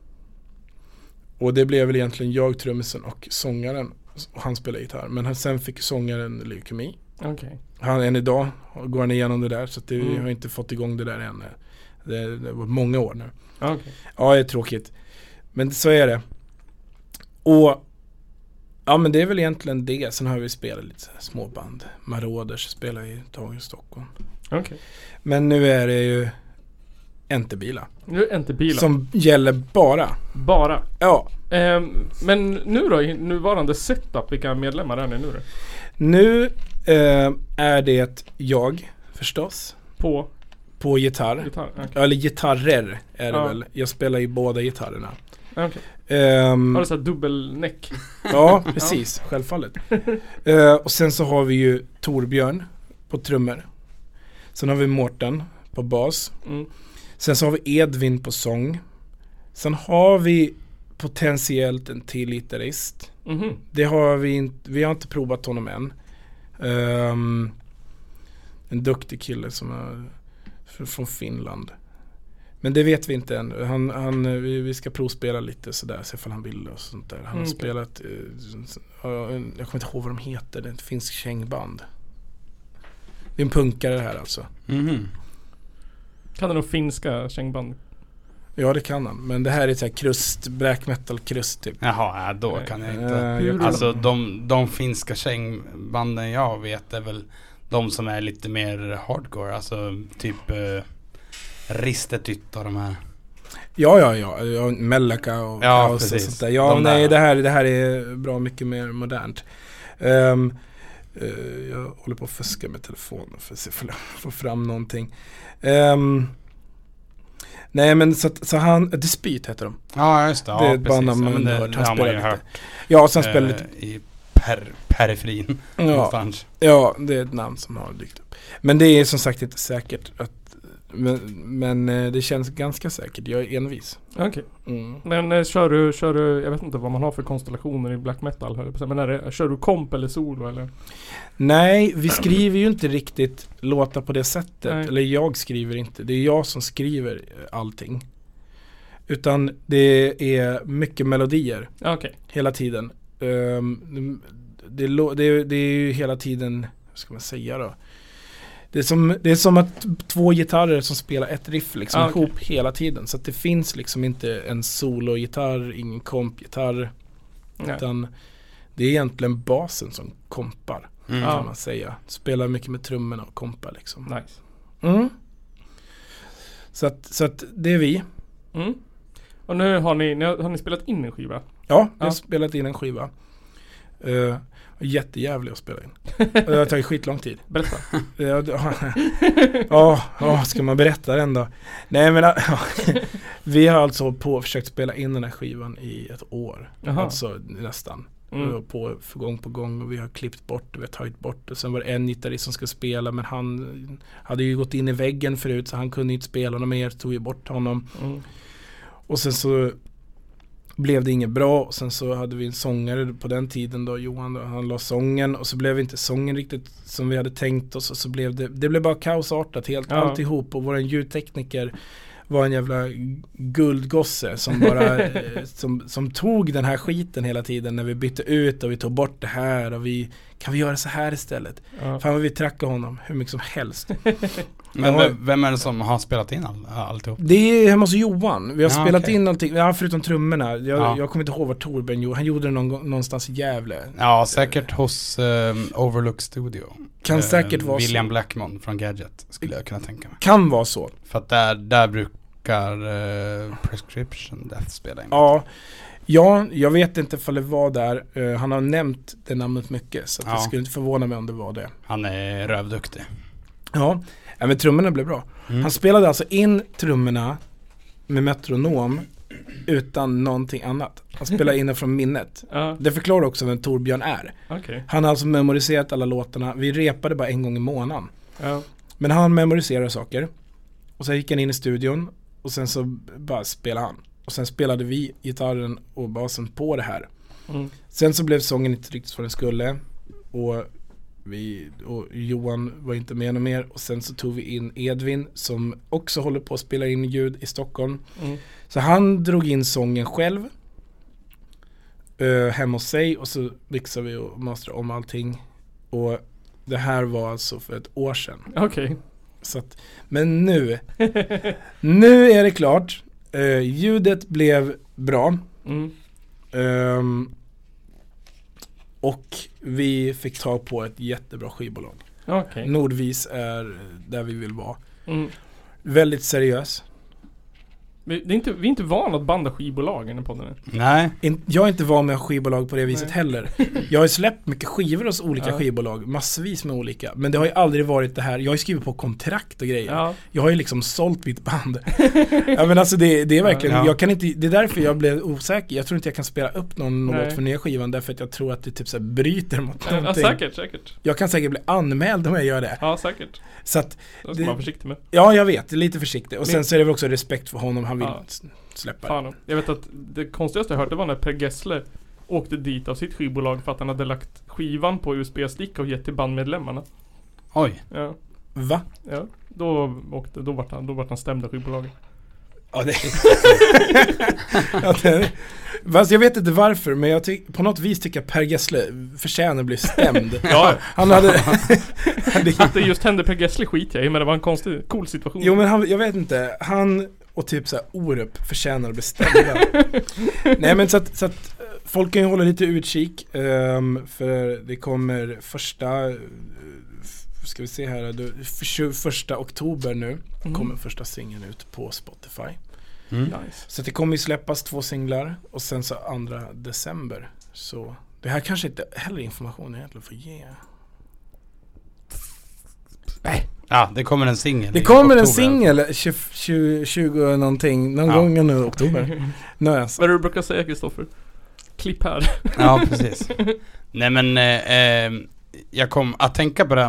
Och det blev väl egentligen jag, trummisen och sångaren. Och han spelade gitarr. Men sen fick sångaren leukemi. Okay. Än idag går han igenom det där. Så att vi har inte fått igång det där än. Det var många år nu. Okay. Ja, det är tråkigt. Men så är det. Och ja, men det är väl egentligen det. Sen har vi spelat lite småband. Maroders spelar i Dagens Stockholm. Okay. Men nu är det ju Entebila. Nu är Entebila. Som gäller bara. Bara? Ja. Men nu då, i nuvarande setup, vilka medlemmar är ni nu då? Nu är det jag förstås. På gitarr. Okay. Eller gitarrer är det väl. Jag spelar ju båda gitarrerna. Okay. Har du så här dubbelnäck? Ja, precis. Självfallet. Och sen så har vi ju Torbjörn på trummor. Sen har vi Mårten på bas. Sen så har vi Edvin på sång. Sen har vi potentiellt en till gitarrist. Det har vi har inte provat honom än. En duktig kille som är från Finland. Men det vet vi inte än. Vi ska provspela lite sådär, se ifall han vill och sånt där. Han har spelat, jag kommer inte ihåg vad de heter, det är ett finsk kängband. Det är en punkare här alltså. Kan det nog finska kängband? Ja, det kan han. Men det här är så här krust, black metal krust typ. Jaha, då kan jag inte. Alltså de finska kängbanden jag vet är väl de som är lite mer hardcore. Alltså typ Ristetytt och de här. Ja. Mellaka och Kaos och sånt där. Ja, nej, det här är bra mycket mer modernt. Jag håller på att fuska med telefonen för att få fram någonting. Nej, men så han Dispyt heter de. Ja, just det. Det är ett band man det har man ju hört. Ja, sen spelar lite i periferin någonstans. Ja, det är ett namn som har dykt upp. Men det är som sagt inte säkert att men det känns ganska säkert. Jag är envis. Okej. Men kör du, jag vet inte vad man har för konstellationer i black metal, men kör du komp eller solo eller? Nej, vi skriver ju inte riktigt låtar på det sättet. Nej. Eller jag skriver inte. Det är jag som skriver allting. Utan det är mycket melodier. Okay. Hela tiden. Det är ju hela tiden, vad ska man säga då? Det är som att två gitarrer som spelar ett riff liksom ihop hela tiden. Så att det finns liksom inte en solo-gitarr, ingen kompgitarr. Utan det är egentligen basen som kompar, kan man säga. Spelar mycket med trummorna och kompar liksom. Nice. Så att det är vi. Och nu har ni spelat in en skiva? Ja, vi har spelat in en skiva. Jättejävlig att spela in. Det har tagit skitlång tid. Berätta. Ja, ska man berätta den då? Nej, men vi har alltså försökt spela in den här skivan i ett år. Aha. Alltså nästan. På gång och vi har klippt bort, vi har tagit bort. Och sen var det en gitarrist som skulle spela, men han hade ju gått in i väggen förut så han kunde inte spela något mer, tog ju bort honom. Och sen så blev det inget bra, och sen så hade vi en sångare på den tiden då, Johan då, han la sången, och så blev inte sången riktigt som vi hade tänkt oss, och så blev det blev bara kaosartat helt alltihop, och våran ljudtekniker var en jävla guldgosse som bara som tog den här skiten hela tiden när vi bytte ut och vi tog bort det här och kan vi göra så här istället. Fan vad vi trackade honom hur mycket som helst. Men vem är det som har spelat in alltihop? Det är hemma hos Johan. Vi har spelat in allting, förutom trummorna. Jag kommer inte ihåg var Torbjörn gjorde. Han gjorde det någonstans i Gävle. Ja, säkert hos Overlook Studio. Kan säkert vara William så. Blackmon från Gadget skulle jag kunna tänka mig. Kan vara så. För att där brukar Prescription Death spela in. Ja, jag vet inte ifall det var där. Han har nämnt det namnet mycket, så att jag skulle inte förvåna mig om det var det. Han är rövduktig. Ja, men trummorna blev bra. Han spelade alltså in trummorna med metronom utan någonting annat. Han spelade in det från minnet. Det förklarar också vem Torbjörn är. Han har alltså memoriserat alla låtarna. Vi repade bara en gång i månaden. Men han memoriserade saker. Och sen gick han in i studion och sen så bara spelade han. Och sen spelade vi gitarren och basen på det här. Sen så blev sången inte riktigt vad den skulle. Och Johan var inte med något mer. Och sen så tog vi in Edvin som också håller på att spela in ljud i Stockholm. Så han drog in sången själv hemma hos sig. Och så mixade vi och masterade om allting. Och det här var alltså för ett år sedan. Så att, men nu är det klart. Ljudet blev bra. Och vi fick ta på ett jättebra skivbolag. Nordvis är där vi vill vara. Väldigt seriös. Vi är inte vana att banda skivbolagen på den. Nej. Jag är inte van med skivbolag på det viset heller. Jag har släppt mycket skivor hos olika skivbolag, massvis med olika. Men det har ju aldrig varit det här. Jag har ju skrivit på kontrakt och grejer. Jag har ju liksom sålt mitt band. Men alltså det är verkligen, jag kan inte, det är därför jag blev osäker. Jag tror inte jag kan spela upp någon låt för nya skivan, därför att jag tror att det typ så här bryter mot någonting. Säkert. Jag kan säkert bli anmäld om jag gör det. Ja, säkert. Så att det ska man vara försiktig med. Ja, jag vet, lite försiktig. Och sen så är det väl också respekt för honom. Han vill släppa det. Jag vet att det konstigaste jag hört, det var när Per Gessle åkte dit av sitt skivbolag för att han hade lagt skivan på USB-stick och gett till bandmedlemmarna. Oj. Ja. Va? Ja. Då vart han stämd av skivbolaget. Ja, fast jag vet inte varför, men på något vis tycker jag Per Gessle förtjänar att bli stämd. Han hade att det just hände Per Gessle skit men det var en cool situation. Jo, men jag vet inte. Han och typ så här Orup förtjänar att bli stämda. Nej, men så att folk kan ju hålla lite utkik, för det kommer ska vi se här, 21 oktober nu kommer första singeln ut på Spotify. Nice. Så det kommer ju släppas 2 singlar och sen så 2 december. Så det här kanske inte heller information egentligen får ge. Nej. Ja, det kommer en singel. Det kommer en singel 20 någonting någon gång nu i oktober. Vad är det du brukar säga, Kristoffer? Klipp här. Ja, precis. Nej, men jag kom att tänka på det.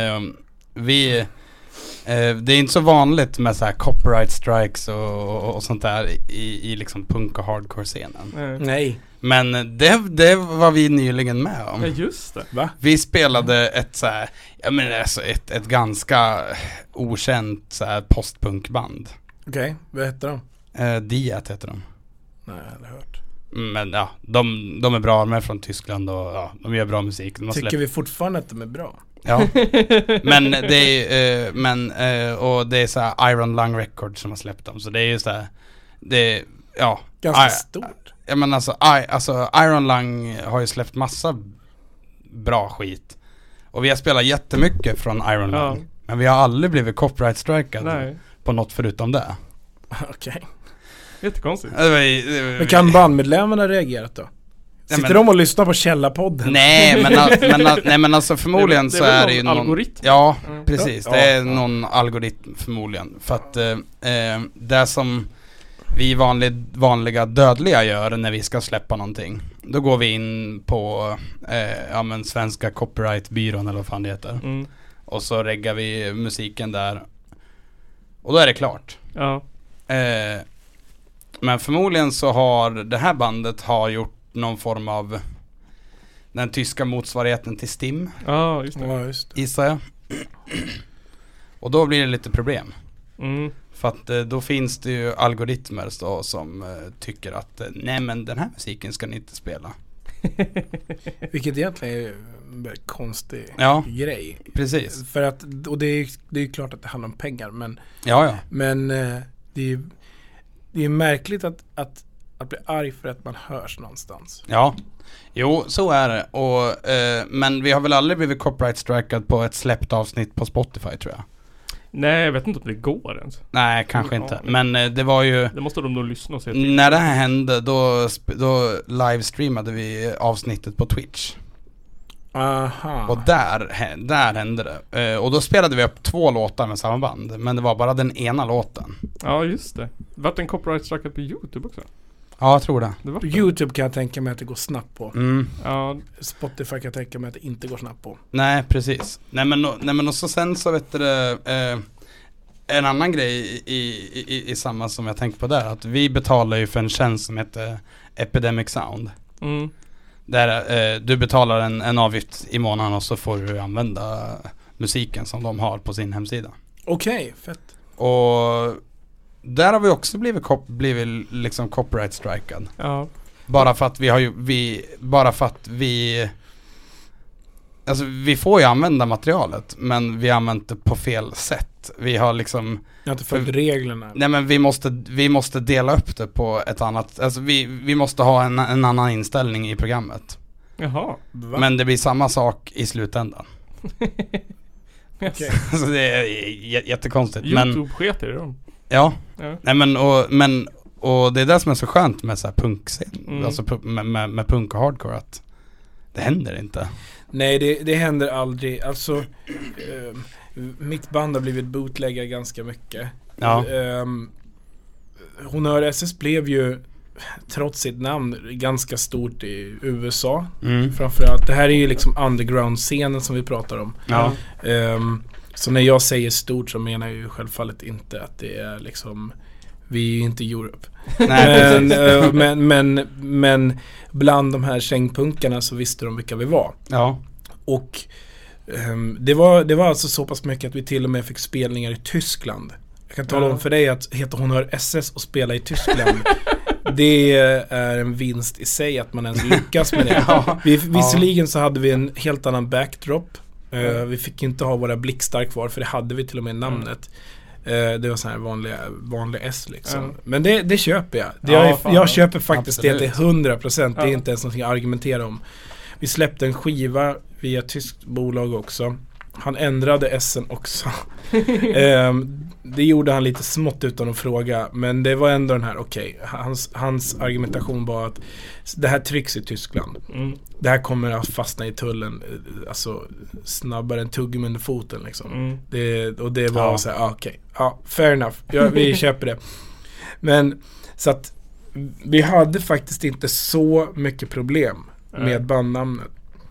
Det är inte så vanligt med så här copyright strikes och sånt där i liksom punk och hardcore-scenen. Nej. Men det var vi nyligen med om. Ja, just det. Va? Vi spelade ett så här, alltså ett ganska okänt så här postpunkband. Okej, vad heter de? Diet heter de. Nej, jag har aldrig hört. Men ja, de är bra, med från Tyskland och de gör bra musik. Tycker vi fortfarande att de är bra? Ja. Men det är och det är så här Iron Lung Records som har släppt dem, så det är ju så här, det ganska stort. Ja, men alltså Iron Lung har ju släppt massa bra skit. Och vi har spelat jättemycket från Iron Lung. Men vi har aldrig blivit copyright strikad på något förutom det. Okej. Jättekonstigt. Men kan bandmedlemmarna reagerat då? Sitter de och lyssnar på Källarpodden? Nej, men alltså förmodligen så är det ju någon algoritm. Ja, precis. Det är någon algoritm förmodligen. För att det som vi vanliga dödliga gör när vi ska släppa någonting, då går vi in på Svenska Copyrightbyrån eller vad fan det heter. Och så reggar vi musiken där. Och då är det klart. Ja. Men förmodligen så har det här bandet gjort någon form av den tyska motsvarigheten till Stim. Just det. Gissar jag. Och då blir det lite problem. För att då finns det ju algoritmer då, som tycker att nej men den här musiken ska ni inte spela. Vilket egentligen är en väldigt konstig grej. Precis. För att, och det är ju klart att det handlar om pengar, men men det är märkligt att bli arg för att man hörs någonstans. Ja, jo så är det. Och, men vi har väl aldrig blivit copyright-strikad på ett släppt avsnitt på Spotify, tror jag. Nej, jag vet inte om det går ens. Nej, kanske inte. Men det var ju... Det måste de nog lyssna och se till. När det här hände, då livestreamade vi avsnittet på Twitch. Aha. Och där hände det. Och då spelade vi upp 2 låtar med samma band. Men det var bara den ena låten. Ja, just det. Vart en copyright-strikad på YouTube också? Ja, jag tror det. På YouTube kan jag tänka mig att det går snabbt på. Ja. Spotify kan jag tänka mig att det inte går snabbt på. Nej, precis. Nej men och så sen så vet du en annan grej i samma som jag tänker på där, att vi betalar ju för en tjänst som heter Epidemic Sound. Där du betalar en avgift i månaden och så får du använda musiken som de har på sin hemsida. Okej, fett. Och där har vi också blivit liksom copyright strikad. Ja. Bara för att alltså vi får ju använda materialet, men vi har använt det på fel sätt. Vi har liksom... Jag har inte följt reglerna. Nej, men vi måste dela upp det på ett annat... Alltså vi måste ha en annan inställning i programmet. Jaha. Va? Men det blir samma sak i slutändan. Okay. Så det är jättekonstigt. YouTube sketer i dem. Ja. Nej, men och det är det som är så skönt med så här punkscen. Alltså med punk och hardcore, att det händer inte. Nej, det händer aldrig. Alltså mitt band har blivit bootleggar ganska mycket. Ja. Honör SS blev ju trots sitt namn ganska stort i USA. Framförallt, det här är ju liksom underground-scenen som vi pratar om. Ja. Så när jag säger stort så menar jag ju självfallet inte att det är liksom, vi är ju inte Europe. Nej, men bland de här kängpunkarna så visste de vilka vi var. Ja. Och det var alltså så pass mycket att vi till och med fick spelningar i Tyskland. Jag kan tala om för dig att heter Honör SS och spela i Tyskland. Det är en vinst i sig att man ens lyckas med det. Visserligen så hade vi en helt annan backdrop. Vi fick inte ha våra blickstar kvar, för det hade vi till och med i namnet. Det var så här vanliga S liksom. Men det köper jag. Jag köper faktiskt absolut. Det till 100%. Det är inte ens någonting att argumentera om. Vi släppte en skiva via ett tyskt bolag också. Han ändrade S'en också. Det gjorde han lite smått utan att fråga. Men det var ändå den här, hans argumentation var att det här trycks i Tyskland. Det här kommer att fastna i tullen, alltså snabbare än tuggum under foten liksom. Det var så här, fair enough. Vi köper det. Men så att vi hade faktiskt inte så mycket problem med bandnamnet.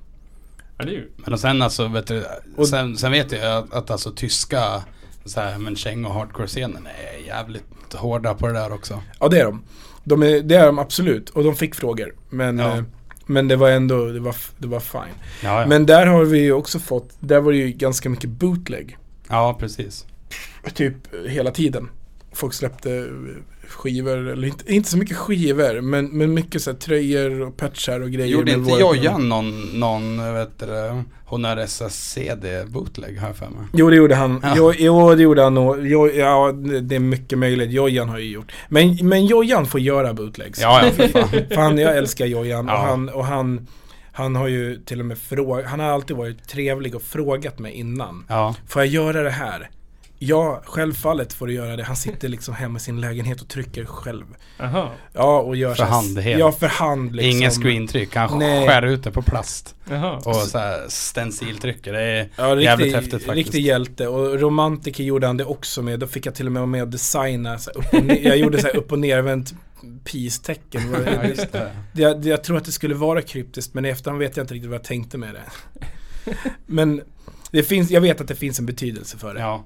Men och sen alltså vet du, sen vet jag att alltså tyska så här, men käng och hardcore-scenen är jävligt hårda på det där också. Ja, det är de. Det är de absolut, och de fick frågor, men det var ändå det var fine. Ja. Men där har vi ju också där var det ju ganska mycket bootleg. Ja, precis. Typ hela tiden. Folk släppte skivor, eller inte så mycket skivor, men mycket så här tröjor och patchar och grejer. Gjorde inte Jojan någon vet du, Honör SS CD bootleg här för mig? Jo, det gjorde han. Det gjorde han nog. Det är mycket möjligt. Jojan har ju gjort. Men Jojan får göra bootlegs. Ja, för fan. Fan, jag älskar Jojan. Ja. Och han har ju till och med han har alltid varit trevlig och frågat mig innan. Ja. Får jag göra det här? Ja, självfallet får du göra det. Han sitter liksom hemma i sin lägenhet och trycker själv. Aha. Ja, och gör för hand helt. Ja, för hand liksom. Ingen screentryck. Han skär ut det på plast. Aha. Och så här stenciltrycker. Det är jävligt häftigt faktiskt. Riktig hjälte. Och romantiker gjorde han det också med. Då fick jag till och med att designa så upp och ner. Jag gjorde så här upp och nervänt peace-tecken. Ja, just det. Jag tror att det skulle vara kryptiskt, men i efterhand vet jag inte riktigt vad jag tänkte med det. Men jag vet att det finns en betydelse för det. Ja.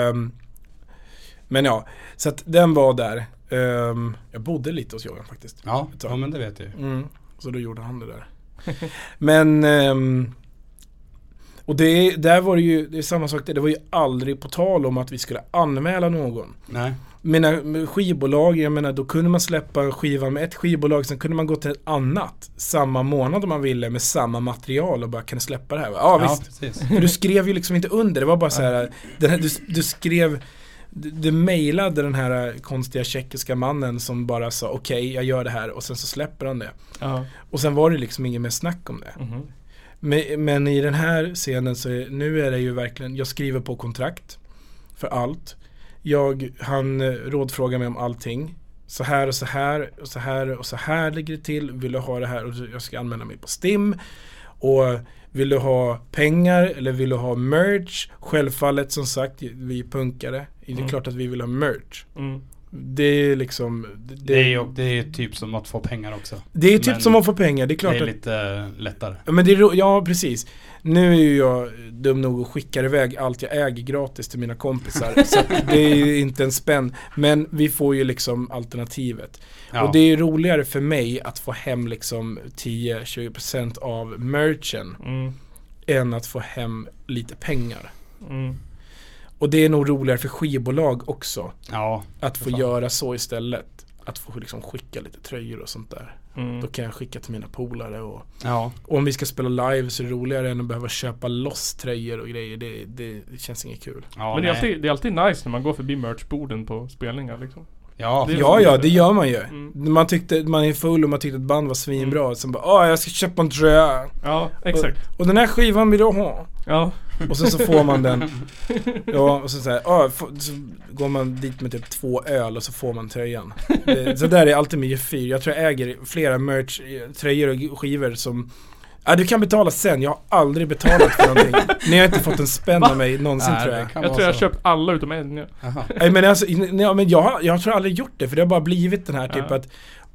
Men ja, så att den var där. Jag bodde lite hos Johan faktiskt. Ja, men det vet jag. Så då gjorde han det där. Men Och där var det är samma sak där. Det var ju aldrig på tal om att vi skulle anmäla någon. Nej. Med skivbolag, jag menar, då kunde man släppa en skiva med ett skivbolag, sen kunde man gå till ett annat samma månad om man ville med samma material och bara, kan du släppa det här? Ja, visst. Precis. Men du skrev ju liksom inte under, det var bara så här, du skrev, du mejlade den här konstiga tjeckiska mannen som bara sa okej, jag gör det här, och sen så släpper han det. Och sen var det liksom ingen mer snack om det. Men i den här scenen så nu är det ju verkligen, jag skriver på kontrakt för allt. Han rådfrågar mig om allting. Så här och så här och så här och så här ligger det till. Vill du ha det här? Och jag ska anmäla mig på Stim. Och vill du ha pengar eller vill du ha merch? Självfallet, som sagt, vi punkare. Det är klart att vi vill ha merch. Det är liksom det är typ som att få pengar också. Det är typ som att få pengar. Det är klart det är lite lättare. Men ja, precis. Nu är ju jag dum nog och skickar iväg allt jag äger gratis till mina kompisar. Så det är ju inte en spänn. Men vi får ju liksom alternativet. Ja. Och det är ju roligare för mig att få hem liksom 10-20% av merchen än att få hem lite pengar. Och det är nog roligare för skivbolag också. Ja, att få göra så istället. Att få liksom skicka lite tröjor och sånt där. Då kan jag skicka till mina polare. Och om vi ska spela live så är det roligare än att behöva köpa loss tröjor och grejer. Det känns inget kul. Ja, men det är alltid nice när man går förbi merchborden på spelningar liksom. Ja, det gör man ju. Man är full och man tyckte att band var svinbra. Sen bara, jag ska köpa en tröja. Ja, exakt. Och den här skivan vill du ha. Ja. Och sen så får man den. Ja, och så går man dit med typ 2 öl och så får man tröjan. Så där är alltid med G4. Jag tror jag äger flera merch, tröjor och skivor som du kan betala sen. Jag har aldrig betalat för någonting. Ni har inte fått en spänn av mig någonsin, tror jag. Jag tror jag har köpt alla utom en. Ja. Nej, men alltså, men jag tror aldrig gjort det. För det har bara blivit den här typ att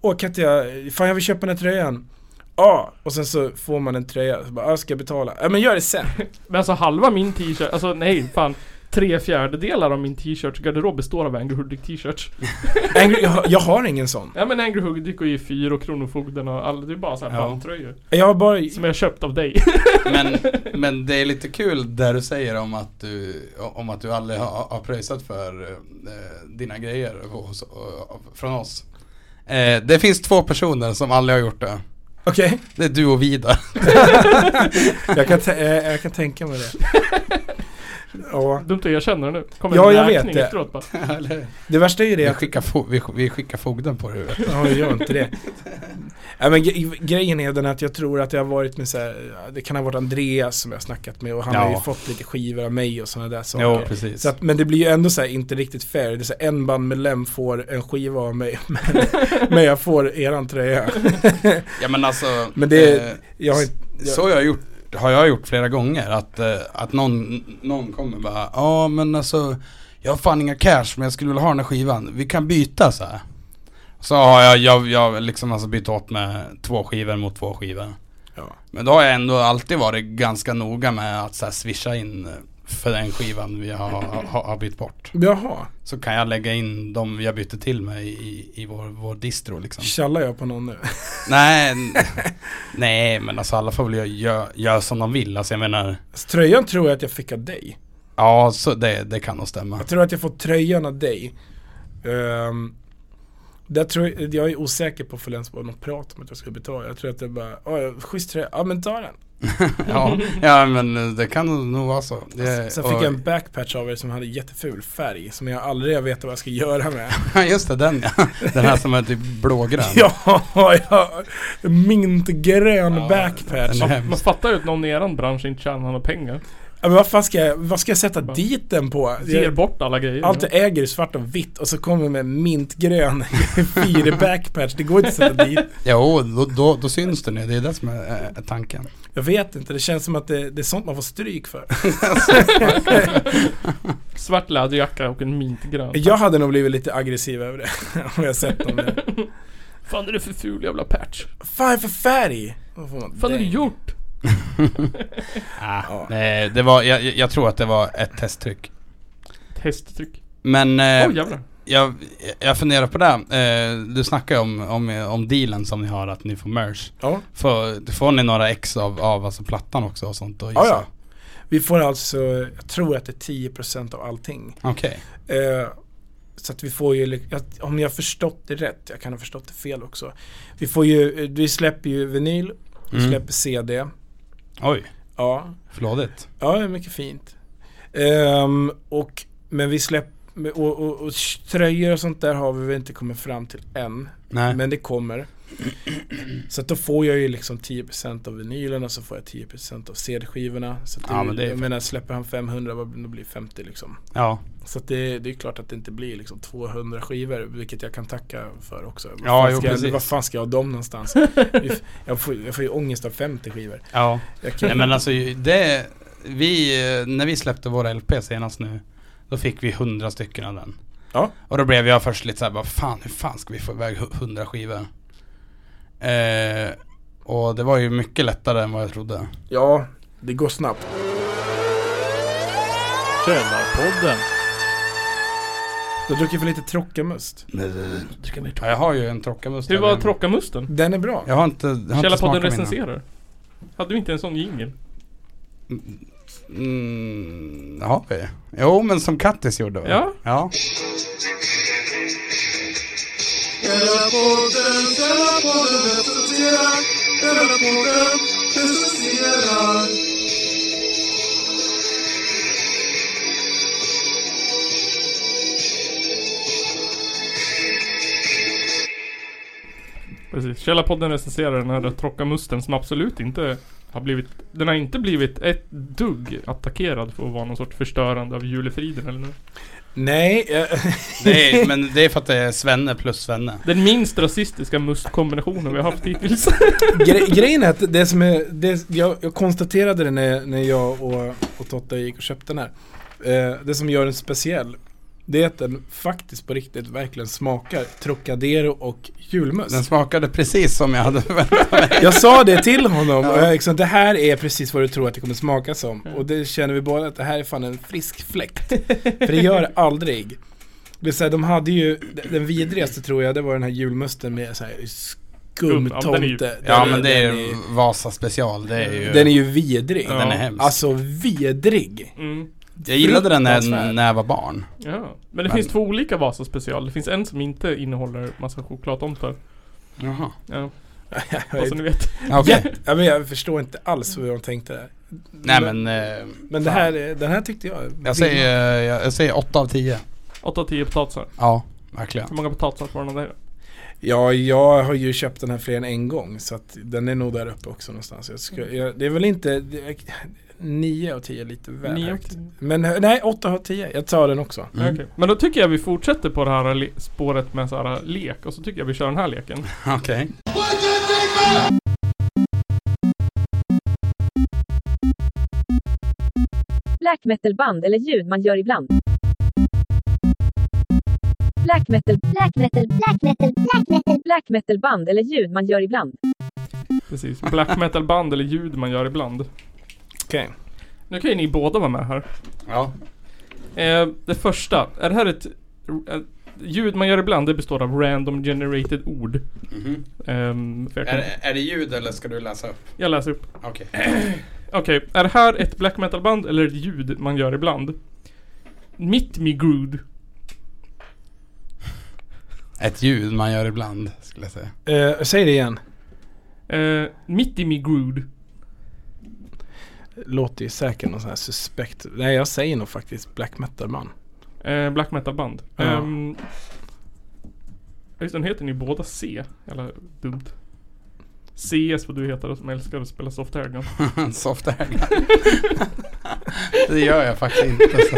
jag vill köpa den här tröjan. Och sen så får man en tröja. Så bara, ska jag betala? Men gör det sen. Men alltså halva min t-shirt, alltså nej, fan. 3/4 av min t-shirt garderob består av Angry Hoodic t-shirts. Jag har ingen sån. Ja, men Angry Hoodic och G4 och Kronofogden och alla, det är bara så här bandtröjor. Jag har bara som jag har köpt av dig. men det är lite kul där du säger om att du aldrig har pröjsat för dina grejer från oss. Det finns 2 personer som aldrig har gjort det. Okej. Det är du och Vidar. jag kan tänka mig det. Ja. Dumt att erkänna nu. Jag vet det. Det värsta är ju det. Vi skickar fogden på det. Ja, vi gör inte det. Men grejen är den att jag tror att jag har varit med så här, det kan ha varit Andreas som jag har snackat med och han har ju fått lite skivor av mig och sådana där saker. Jo, precis. Så att, men det blir ju ändå så här, inte riktigt fair. Det är så här, en bandmedlem får en skiva av mig men jag får eran tröja. Ja, men alltså men det har jag gjort flera gånger att någon kommer bara, men alltså jag har fan inga cash men jag skulle vilja ha den här skivan. Vi kan byta så här. Så har jag liksom alltså bytt åt med 2 skivor mot 2 skivor. Ja. Men då har jag ändå alltid varit ganska noga med att så här swisha in för den skivan vi har bytt bort. Jaha. Så kan jag lägga in dem jag bytte till mig i vår distro liksom. Tjallar jag på någon nu? Nej, men alltså alla får väl göra som de vill. Alltså jag menar, tröjan tror jag att jag fick av dig. Ja, så det kan nog stämma. Jag tror att jag fått tröjan av dig. Jag är osäker på för ens bara något prat om att jag ska betala. Jag tror att det bara, schysst tröja. Ja, men ta den. ja, men det kan nog vara så. Sen fick jag en backpatch av er som hade jätteful färg som jag aldrig vet vad jag ska göra med. Just det, den här som är typ blågrön. ja, mintgrön backpatch. Man fattar ju att någon i eran bransch inte tjänar några pengar. Men vad ska jag sätta dit den på? Ger bort alla grejer. Allt jag äger är svart och vitt och så kommer med mintgrön 4 backpatch. Det går inte att sätta dit. Jo, då syns det nu. Det är det som är tanken. Jag vet inte, det känns som att det är sånt man får stryk för. Svart läderjacka och en mintgrön. Jag hade nog blivit lite aggressiv över det om jag sett dem där. Fan är det för ful jävla patch? Fan är det för färg? Fan är det gjort? Nej, det var jag tror att det var ett testtryck. Men jag funderar på det. Du snackar om dealen som ni har, att ni får merch. Ja. Får ni några ex av alltså plattan också och sånt? Och ja. Vi får alltså, jag tror att det är 10% av allting. Okej. Så att vi får ju, om jag har förstått det rätt, jag kan ha förstått det fel också. Vi släpper ju vinyl, vi släpper CD. Oj. Ja. Flådigt. Ja, det är mycket fint. Men vi släpper och tröjor och sånt där har vi väl inte kommit fram till än. Nej. Men det kommer. Så att då får jag ju liksom 10% av vinylen och så får jag 10% av CD-skivorna. Så att jag menar, släpper han 500, då blir 50 liksom. Ja. Så att det är klart att det inte blir liksom 200 skivor, vilket jag kan tacka för också. Vad fan ska jag ha dem någonstans? jag får ju ångest av 50 skivor. Ja. Nej, men alltså när vi släppte våra LP senast nu, då fick vi 100 stycken av den. Ja. Och då blev jag först lite så här, hur fan ska vi få iväg 100 skivor? Och det var ju mycket lättare än vad jag trodde. Ja, det går snabbt. Källarpodden. Du dricker för lite Trockamust. Ja, jag har ju en Trockamust. Hur var Trockamusten? Den är bra. Jag har inte Källarpodden recenserar. Hade du inte en sån jingle? Ja, jo, men som Kattis gjorde. Ja. Ja. Precis. Källarpodden recenserar den här Trockamusten som absolut inte har blivit, den har inte blivit ett dugg attackerad för att vara någon sorts förstörande av julefriden eller något. Nej. Men det är för att det är Svenne plus Svenne. Den minst rasistiska mustkombinationen vi har haft hittills. Grejen är att det som är, jag konstaterade det när jag och Totta gick och köpte den här. Det som gör den speciell, det är att den faktiskt på riktigt verkligen smakar Trocadero och julmust. Den smakade precis som jag hade väntat mig. Jag sa det till honom. Ja. Och det här är precis vad du tror att det kommer smaka som. Och det känner vi båda att det här är fan en frisk fläkt. För det gör det aldrig. Det är så här, de hade ju den vidrigaste tror jag, det var den här julmusten med så här skumtomte. Ja, men det är ju Vasa special. Det är ju, den är ju vidrig. Ja. Den är hemsk. Alltså vidrig. Jag gillade den när jag var barn. Ja, men det finns två olika Vasa special. Det finns en som inte innehåller massa chokladtomtar. Jaha. Ja. Alltså ni vet. Okay. Ja, men jag förstår inte alls hur de tänkte där. Nej, men den här tyckte jag. Jag säger 8 av 10. 8 av 10 potatisar. Ja, verkligen. Hur många potatisar får den där? Ja, jag har ju köpt den här fler än en gång. Så att den är nog där uppe också någonstans. Det är väl inte 9 av 10 lite väl högt. Men nej, 8 av 10. Jag tar den också. Okay. Men då tycker jag vi fortsätter på det här spåret med så här lek. Och så tycker jag vi kör den här leken. Okej. Black metal band eller ljud man gör ibland. Black metal band eller ljud man gör ibland. Precis. Black metal band eller ljud man gör ibland. Okej. Nu kan ju ni båda vara med här. Ja. Det första. Är det här ett ljud man gör ibland? Det består av random generated ord. Är det ljud eller ska du läsa upp? Jag läser upp. Okej. Okej. Är det här ett black metal band eller ett ljud man gör ibland? Mitt me grood. Ett ljud man gör ibland, skulle jag säga. Säg det igen. Mitt i me grood. Låter ju säkert någon sån här suspekt. Nej, jag säger nog faktiskt black metal band. Black metal band. Ja. Just den heter ni båda C. Eller dumt. CS vad du heter som älskar att spela Soft Airgun. Soft Airgun. Det gör jag faktiskt inte. Så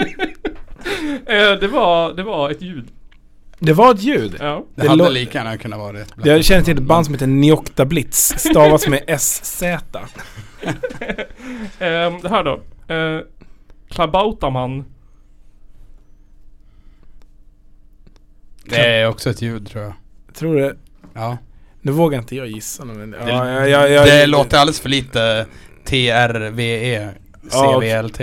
det var ett ljud. Det var ett ljud? Ja. Det hade lika gärna kunnat vara det. Jag känner till ett band som heter Nocta Blitz. Stavas med SZ. Det här då. Klabautaman. Det är också ett ljud, tror jag. Tror du? Ja. Nu vågar inte jag gissa. Men det låter alldeles för lite TRVE CVLT.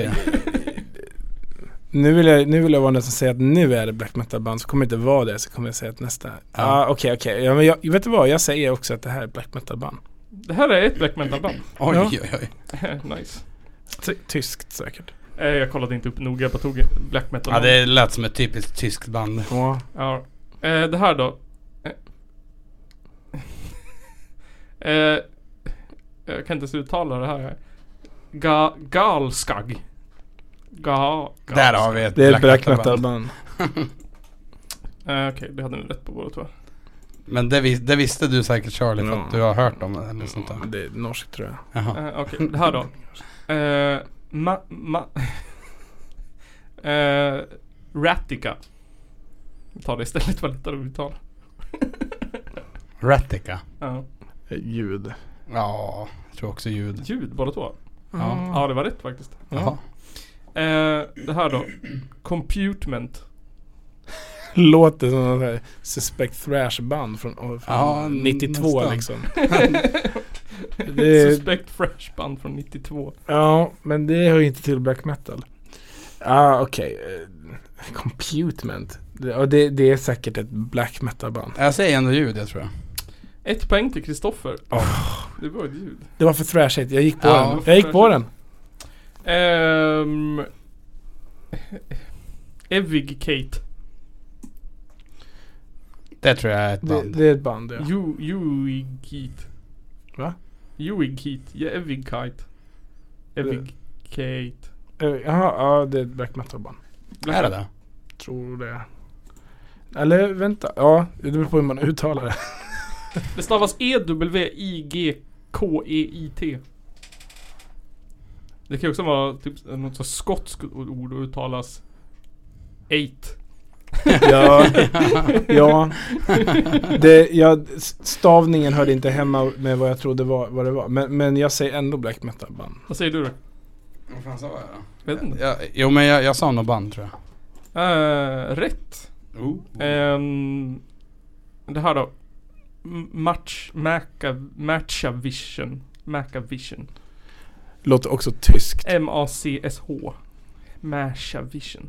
Nu vill jag vara den som säger att nu är det black metal band. Så kommer det inte vara det. Så kommer jag säga att nästa. Okej. Ja, men jag vet du vad? Jag säger också att det här är black metal band. Det här är ett black metal band. Oj. Nice. Tyskt säkert. Jag kollade inte upp noga, jag bara tog black metal. Ja, det lät som ett typiskt tyskt band. Ja. Det här då. Jag kan inte uttala det här. Galskag. Där har vi ett det är ett black metal band. Okej, det hade ni rätt på båda tror jag. Men det visste du säkert, Charlie, för att du har hört om det eller sånt där. Det är norskt tror jag. Okej, det här då. Ratica. Ta det istället, vad lättare att uttala. Ratica. Ja. Ljud. Ja, jag tror också ljud. Ljud, båda två. Ja, det var rätt faktiskt. Jaha. Det här då. Computement. Låter som en här Suspect Thrash band från 92 nästan. liksom. Suspect Thrash band från 92. Ja, men det hör ju inte till black metal. Okej. Computement. Det är säkert ett black metal band. Jag säger ändå ljud, jag tror jag. 1 poäng till Kristoffer. Det var ett ljud. Det var för thrashigt. Jag gick på den. Evig-Kate. Det tror jag är ett band. Det är ett band, ja. Ewig-Kate. Va? Ewig-Kate. Ja, Evig-Kate. Evig-Kate. Ja, det är ett black metal band. Är det det? Tror det. Eller vänta. Ja, det beror på hur man uttalar det. Det stavas E-W-I-G-K-E-I-T. Det kan också vara typ något så skotskt ord och uttalas 8. Ja. Stavningen hörde inte hemma med vad jag trodde vad det var. Men jag säger ändå black metal band. Vad säger du då? Vad fan sa jag då? Vet inte. Jo, men jag sa något band, tror jag. Rätt. Det här då. Macavision. Låter också tyskt. M-A-C-S-H. Macavision.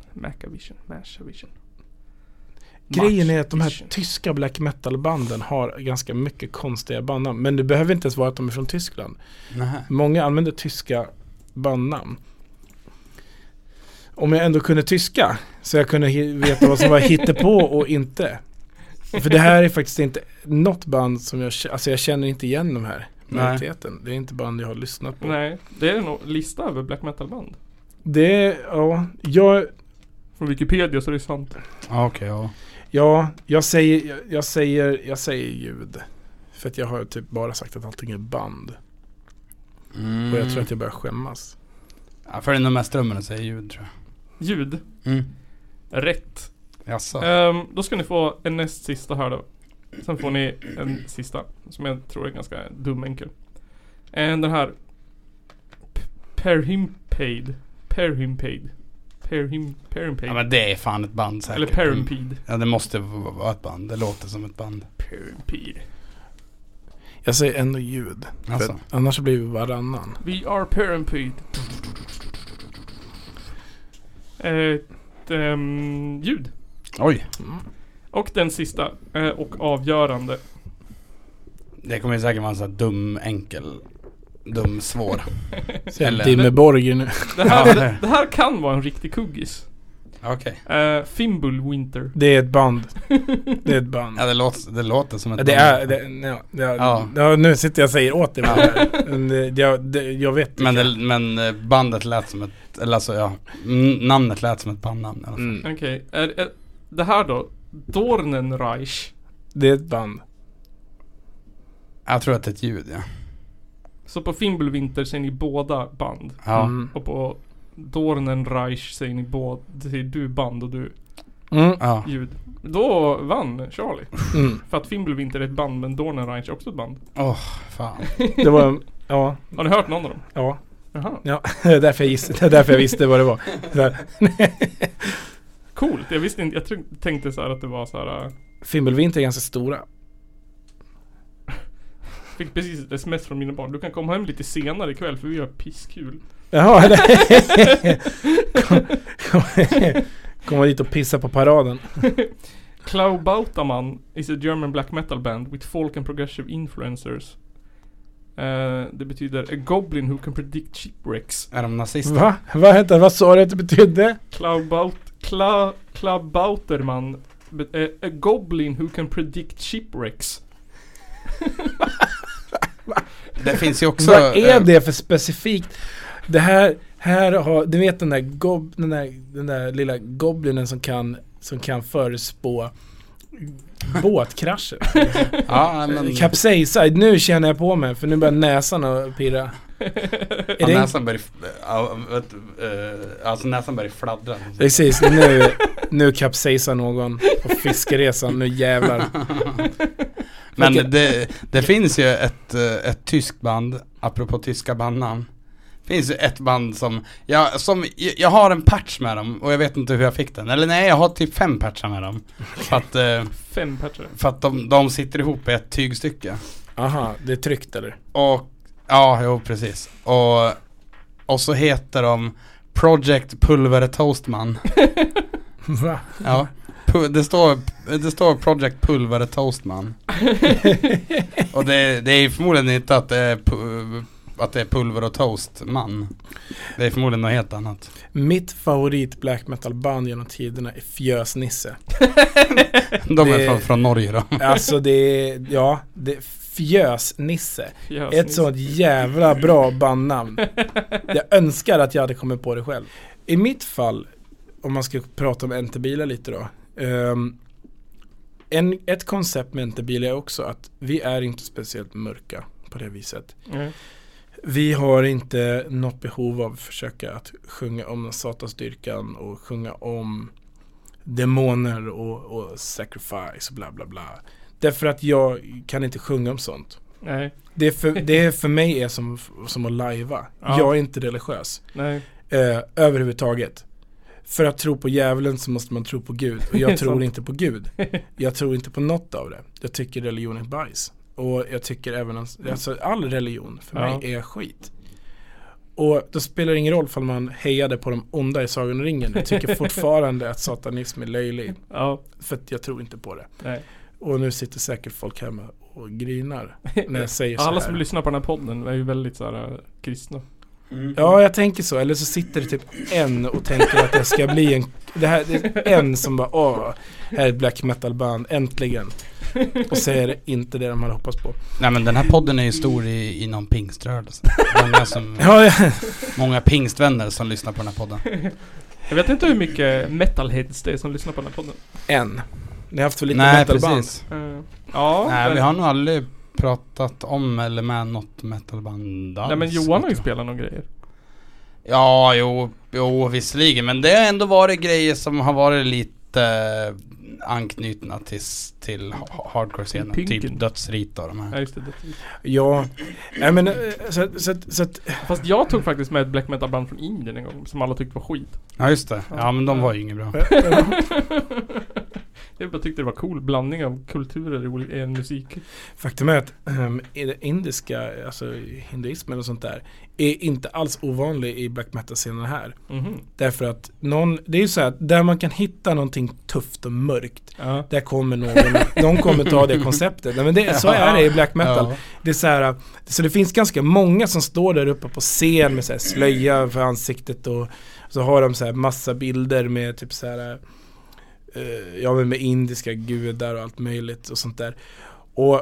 Grejen är att de här tyska black metal banden har ganska mycket konstiga bandnamn. Men det behöver inte ens vara att de är från Tyskland. Nähä. Många använder tyska bandnamn. Om jag ändå kunde tyska så jag kunde veta vad som var hittepå och inte. För det här är faktiskt inte något band som jag känner inte igen de här majoriteten. Det är inte band jag har lyssnat på. Nej, det är en lista över black metal band. Från Wikipedia, så det är sant. Okej, ja. Ja, jag säger ljud. För att jag har typ bara sagt att allting är band. Och jag tror att jag börjar skämmas. Ja, för den mest strömmen säger ljud, tror jag. Ljud? Rätt. Jaså. Då ska ni få en näst sista här då. Sen får ni en sista som jag tror är ganska enkel. Den här Perhimpade. Ja, men det är fan ett band säkert. Eller Perimpede. Ja, det måste vara ett band. Det låter som ett band. Perimpede. Jag säger ändå ljud. Alltså. Annars blir vi varannan. We are Perimpede. Ljud. Oj. Och den sista och avgörande. Det kommer säkert vara en sån här dum, svår. Eller Dimmerborg nu. Det här kan vara en riktig kuggis. Okej. Fimbulwinter. Det är ett band. Ja, det låter som ett band. Nu sitter jag och säger åt det. Jag vet inte. Men bandet lät som ett, eller alltså, ja, namnet lät som ett bandnamn i alla fall. Okej. Det här då, Dornenreich. Det är ett band. Jag tror att det är ett ljud, ja. Så på Fimbulwinter säger ni båda band. Ja. Och på Dornenreich säger du band och du ljud. Då vann Charlie. För att Fimbulwinter är ett band, men Dornenreich är också ett band. Fan. Det var, ja. Har ni hört någon av dem? Ja. Jaha. Ja, det är därför jag visste vad det var. Coolt, jag visste inte, jag tänkte så här att det var så här. Fimbulwinter är ganska stora. Fick precis ett sms från mina barn. Du kan komma hem lite senare ikväll för vi har pisskul. Jaha, komma dit och pissa på paraden. Klau Bautaman is a German black metal band with folk and progressive influencers. Det betyder a goblin who can predict shipwrecks. Är de nazister? Va? Vad sa du att det betydde? Klabauterman. A goblin who can predict shipwrecks. Det finns ju också... Vad är det för specifikt? Det här har... Du vet den där lilla goblinen som kan förespå båtkrascher. Ja, men... Capsaicide, nu känner jag på mig. För nu börjar näsan att pirra. Näsan börjar... alltså näsan börjar fladdra. Precis, nu capsaicar någon på fiskeresan. Nu jävlar. Men det finns ju ett tyskt band, apropå tyska bandnamn. Det finns ju ett band som jag har en patch med dem och jag vet inte hur jag fick den. Eller nej, jag har typ 5 patchar med dem. För att, 5 patchar? För att de sitter ihop i ett tygstycke. Aha, det är tryckt eller? Och, ja, jo precis. Och så heter de Project Pulver Toastman. Va? Ja. Det står Project Pulver Toastman. Och det är förmodligen inte att det är pulver och toast man. Det är förmodligen något helt annat. Mitt favorit black metal band genom tiderna är Fjösnisse. De är från Norge då. Alltså det är Fjösnisse. Ett sånt jävla bra bandnamn. Jag önskar att jag hade kommit på det själv. I mitt fall, om man ska prata om NT-bilar lite då. Ett koncept med NT-bilar är också att vi är inte speciellt mörka på det viset. Vi har inte något behov av att försöka att sjunga om satanstyrkan och sjunga om demoner och sacrifice och bla bla bla. Därför att jag kan inte sjunga om sånt. Nej. Det är för mig är som att lajva. Ja. Jag är inte religiös. Nej. Överhuvudtaget. För att tro på djävulen så måste man tro på Gud. Och jag tror inte på Gud. Jag tror inte på något av det. Jag tycker religion är bajs. Och jag tycker även alltså all religion för mig är skit. Och då spelar det ingen roll om man hejade på de onda i Sagan om ringen. Jag tycker fortfarande att satanism är löjlig. Ja. För att jag tror inte på det. Nej. Och nu sitter säkert folk hemma och grinar när jag säger så här. Alla som lyssnar på den här podden är ju väldigt så här kristna. Mm. Ja, jag tänker så. Eller så sitter det typ en och tänker att det ska bli det är en som bara, här är ett black metal band, äntligen. Och säger inte det de hade hoppats på. Nej, men den här podden är ju stor i någon pingströrelse. Många pingstvänner som lyssnar på den här podden. Jag vet inte hur mycket metalheads det är som lyssnar på den här podden. En. Ni har haft för lite metalband. Nej, vi har nog aldrig pratat om eller med något metalband alls. Nej, men Johan har ju spelat några grejer. Ja, jo, visserligen. Men det har ändå varit grejer som har varit lite anknutna till hardcore-scenen. Typ Dödsrit och de här. Ja, just det. Ja, men så att... Fast jag tog faktiskt med ett black metal band från Indien en gång som alla tyckte var skit. Ja, just det. Ja, men de var ju inget bra. Jag bara tyckte det var cool blandning av kulturer i en musik. Faktum är att det indiska, alltså hinduismen och sånt där, är inte alls ovanlig i black metal-scenen här. Mm-hmm. Därför att det är ju så här, där man kan hitta någonting tufft och mörkt, där kommer någon kommer ta det konceptet. Nej, men så är det i black metal. Det är så här, så det finns ganska många som står där uppe på scen med så här slöja för ansiktet och så har de så här massa bilder med typ så här med indiska gudar och allt möjligt och sånt där. Och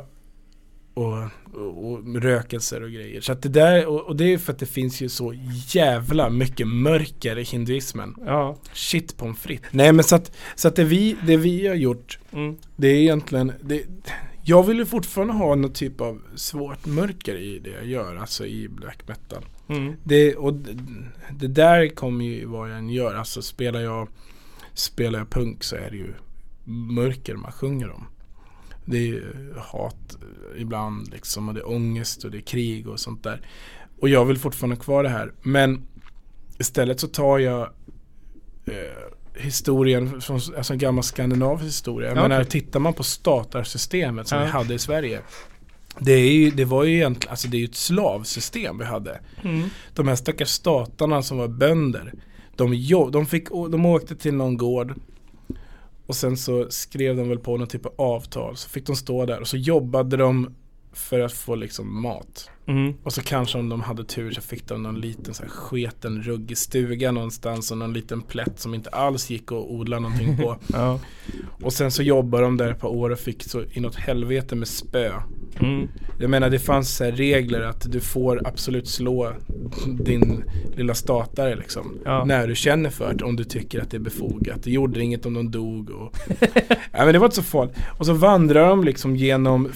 rökelser och grejer. Så att det där, och det är för att det finns ju så jävla mycket mörker i hinduismen. Ja. Shit pommes frites. Nej, men så att det vi har gjort, det är egentligen jag vill ju fortfarande ha någon typ av svårt mörker i det jag gör, alltså i black metal. Det där kommer ju vad jag än gör. Alltså spelar jag punk så är det ju mörker man sjunger om. Det är ju hat ibland liksom, och det är ångest och det är krig och sånt där. Och jag vill fortfarande kvar det här. Men istället så tar jag historien från en gammal skandinavisk historia. Jag menar, tittar man på statarsystemet som vi hade i Sverige, det var ju egentligen, alltså det är ju ett slavsystem vi hade. De här stackars statarna som var bönder, de åkte till någon gård och sen så skrev de väl på någon typ av avtal, så fick de stå där och så jobbade de för att få liksom mat. Och så kanske om de hade tur så fick de någon liten så här sketen ruggig stuga någonstans och någon liten plätt som inte alls gick att odla någonting på. Ja. Och sen så jobbar de där ett par år och fick så inåt helvete med spö. Jag menar det fanns så här regler att du får absolut slå din lilla statare liksom, när du känner för det, om du tycker att det är befogat. Det gjorde inget om de dog och ja, men det var inte så farligt. Och så vandrar de liksom genom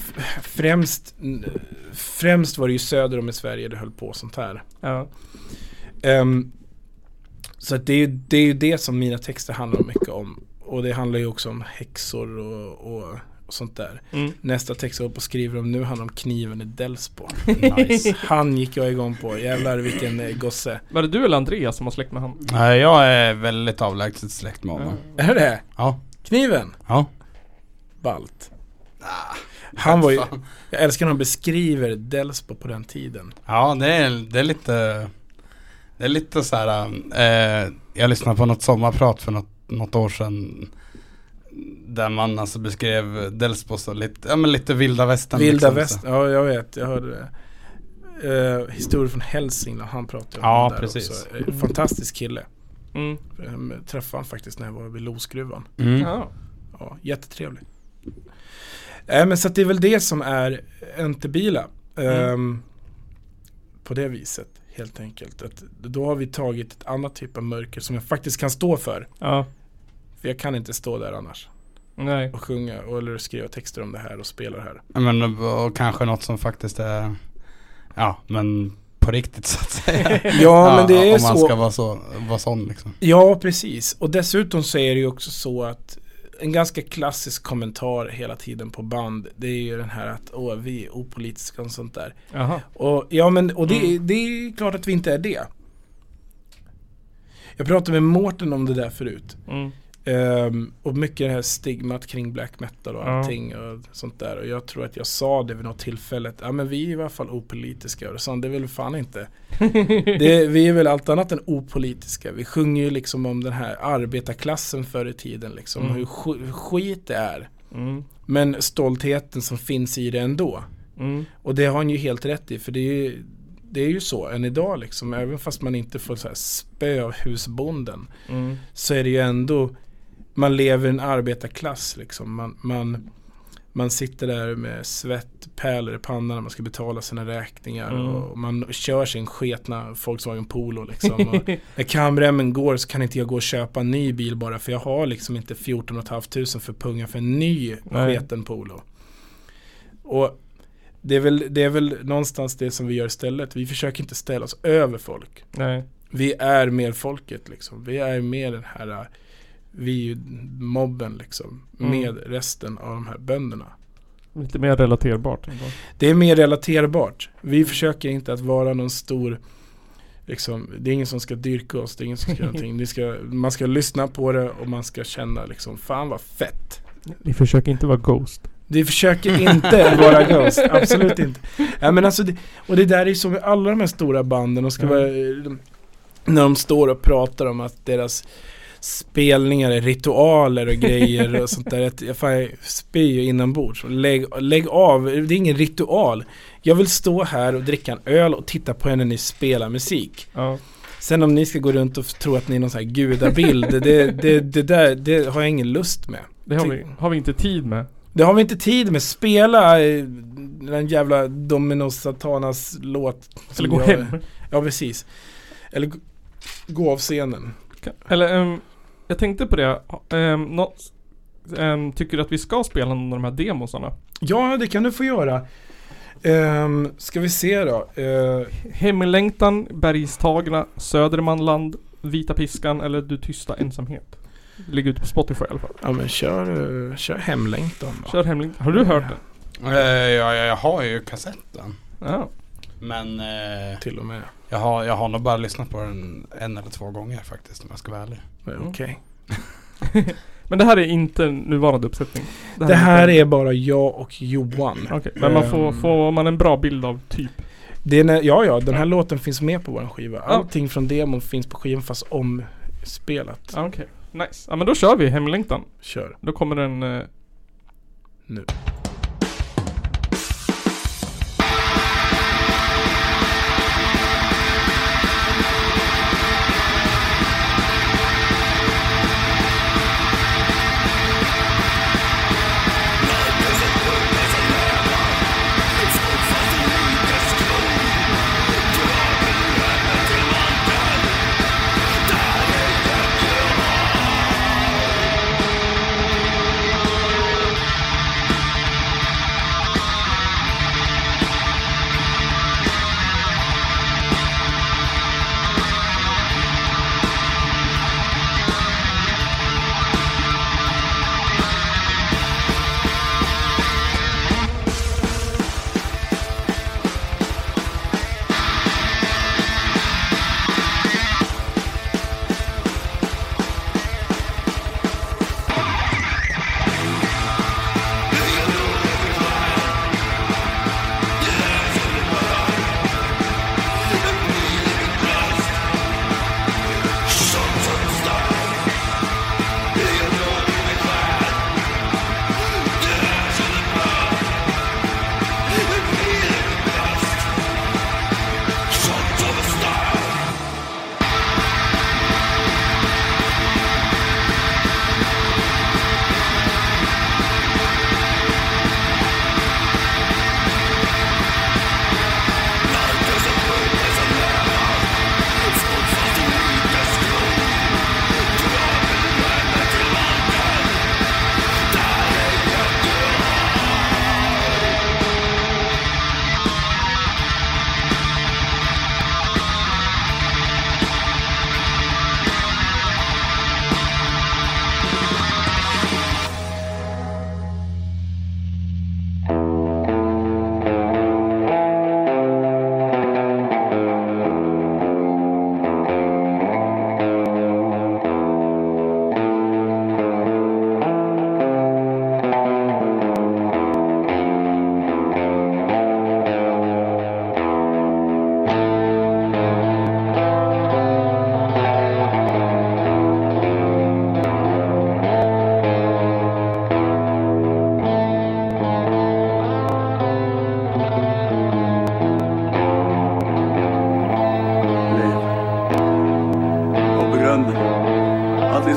främst var det ju söder om i Sverige det höll på sånt här. Ja. Så att det är ju det som mina texter handlar mycket om. Och det handlar ju också om häxor och sånt där. Nästa text jag upp och skriver om nu handlar om kniven i Delsbo. Nice. Han gick jag igång på. Jävlar vilken gosse. Var det du eller Andreas som har släkt med han? Nej, jag är väldigt avlägset släkt med honom. Är det? Ja. Kniven? Ja. Balt. Han var ju, jag älskar när han beskriver Delsbo på den tiden. Ja, det är lite så här. Jag lyssnade på något sommarprat för något år sedan där man alltså beskrev Delsbo så lite vilda västern. Vilda liksom, västern, ja jag vet, jag hörde det. Historier från Hälsingland, han pratade om ja, där precis. också. Fantastisk kille. Träffade han faktiskt när jag var vid Losgruvan. Ja, jättetrevlig. Men så att det är väl det som är Entebila. På det viset, helt enkelt. Att då har vi tagit ett annat typ av mörker som jag faktiskt kan stå för. Ja. För jag kan inte stå där annars. Nej. Och sjunga eller skriva texter om det här och spela det här. Men och kanske något som faktiskt är men på riktigt så att säga. Ja, men det är om så. Om man ska vara sån liksom. Ja, precis. Och dessutom så är det ju också så att en ganska klassisk kommentar hela tiden på band, det är ju den här att vi är opolitiska och sånt där. Aha. Och det är klart att vi inte är det. Jag pratade med Mårten om det där förut. Och mycket det här stigmat kring black metal och allting och sånt där. Och jag tror att jag sa det vid något tillfället. Men vi är i alla fall opolitiska. Och sånt, det är väl fan inte. Vi är väl allt annat än opolitiska. Vi sjunger ju liksom om den här arbetarklassen förr i tiden. Liksom, hur skit det är. Men stoltheten som finns i det ändå. Och det har han ju helt rätt i. För det är ju så än idag liksom. Även fast man inte får så här spö av husbonden. Så är det ju ändå, man lever i en arbetarklass liksom. Man sitter där med svettpärlor i pannan när man ska betala sina räkningar. Och man kör sin sketna Volkswagen Polo liksom. Och när kamremmen går så kan inte jag gå och köpa en ny bil bara. För jag har liksom inte 14 500 för punga för en ny sketen Polo. Och det är väl någonstans det som vi gör istället. Vi försöker inte ställa oss över folk. Nej. Vi är mer folket liksom. Vi är mer den här, vi är ju mobben liksom. Med resten av de här bönderna. Lite mer relaterbart ändå. Det är mer relaterbart. Vi försöker inte att vara någon stor liksom, det är ingen som ska dyrka oss. Det är ingen som ska göra någonting. Man ska lyssna på det och man ska känna liksom, fan vad fett. Ni försöker inte vara Ghost. Vi försöker inte vara Ghost, absolut inte. Ja, men alltså och det där är som med alla de här stora banden och ska vara, när de står och pratar om att deras spelningar är ritualer och grejer och sånt där. Jag spyr inombords. Lägg av, det är ingen ritual. Jag vill stå här och dricka en öl och titta på henne när ni spelar musik. Ja. Sen om ni ska gå runt och tro att ni är någon sån här gudabild, det har jag ingen lust med. Det har vi inte tid med. Det har vi inte tid med. Spela den jävla Dominos Satanas låt. Eller gå hem. Ja, precis. Eller gå av scenen. Eller, jag tänkte på det. Tycker du att vi ska spela någon av de här demosarna? Ja, det kan du få göra. Ska vi se då. Hemlängtan, Bergstagna, Södermanland, Vita piskan eller Du tysta ensamhet. Ligger ute på Spotify i alla fall. Ja, men kör Hemlängtan då. Kör Hemlängtan. Har du hört den? Jag har ju kassetten. Ja. Men till och med. Jag har nog bara lyssnat på den 1 eller 2 gånger faktiskt, om jag ska vara ärlig. Okej. Men det här är inte nuvarande uppsättning. Det här är bara jag och Johan. Okej. Men man får man en bra bild av typ. Den här låten finns med på vår skiva. Allting från demon finns på skivan fast omspelat. Okej. Nice. Ja, men då kör vi Hemlängtan. Kör. Då kommer den nu.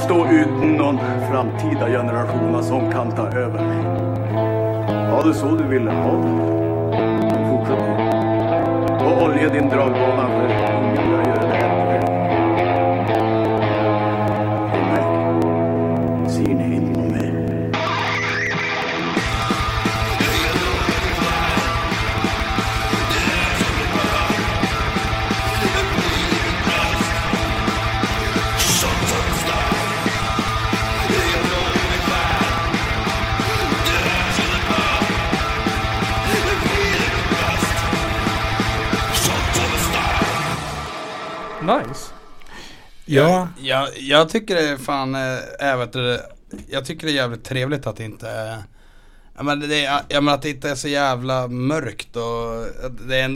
stå utan någon framtida generation som kan ta över mig. Ja, det är så du ville ha det. Fortsätt. Och olja din dragbana för ingen jag gör det här. Ser ni inte mer? Nice. Ja. Jag tycker det är fan jag tycker det är jävligt trevligt att det inte är, att det inte är så jävla mörkt och det är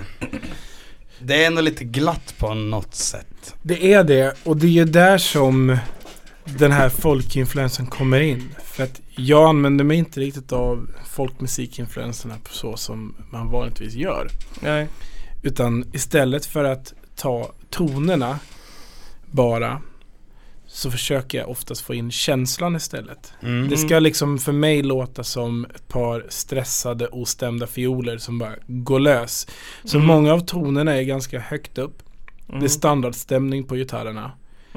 ändå lite glatt på något sätt. Det är det, och det är ju där som den här folkinfluensen kommer in. För att jag använder mig inte riktigt av folkmusikinfluenserna på så som man vanligtvis gör. Nej. Utan istället för att ta tonerna bara, så försöker jag oftast få in känslan istället. Det ska liksom för mig låta som ett par stressade, ostämda fioler som bara går lös. Så många av tonerna är ganska högt upp. Det är standardstämning på gitarrerna.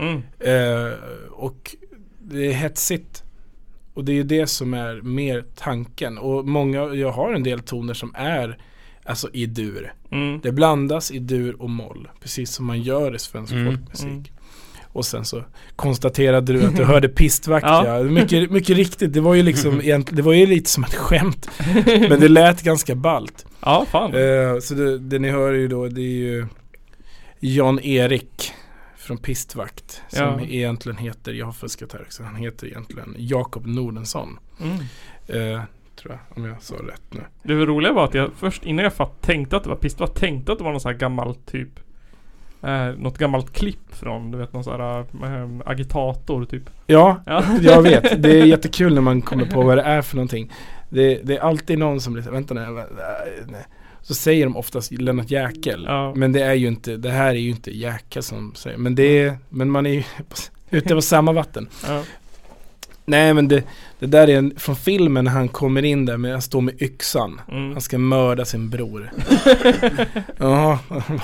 Och det är hetsigt. Och det är ju det som är mer tanken. Och jag har en del toner som är alltså i dur. Det blandas i dur och moll, precis som man gör i svensk folkmusik. Och sen så konstaterade du att du hörde pistvakt. Ja. Mycket riktigt. Det var ju liksom det var ju lite som ett skämt. Men det lät ganska ballt. Ja, fan. Så det ni hör ju då, det är ju Jan-Erik från Pistvakt som egentligen heter, jag har fuskat här också, han heter egentligen Jakob Nordensson. Tror jag, om jag sa rätt nu. Det var roliga var att jag först innan jag tänkte att det var Pistvakt, tänkte att det var någon sån här gammal typ något gammalt klipp från, du vet, någon sån här agitator typ. Ja, jag vet. Det är jättekul när man kommer på vad det är för någonting. Det är alltid någon som liksom, vänta nej. Så säger de oftast Lennart Jäkel. Men det är ju inte, det här är ju inte Jäkel som säger, men man är ju ute på samma vatten. Nej, men det där är från filmen när han kommer in där med, han står med yxan. Han ska mörda sin bror. Ja.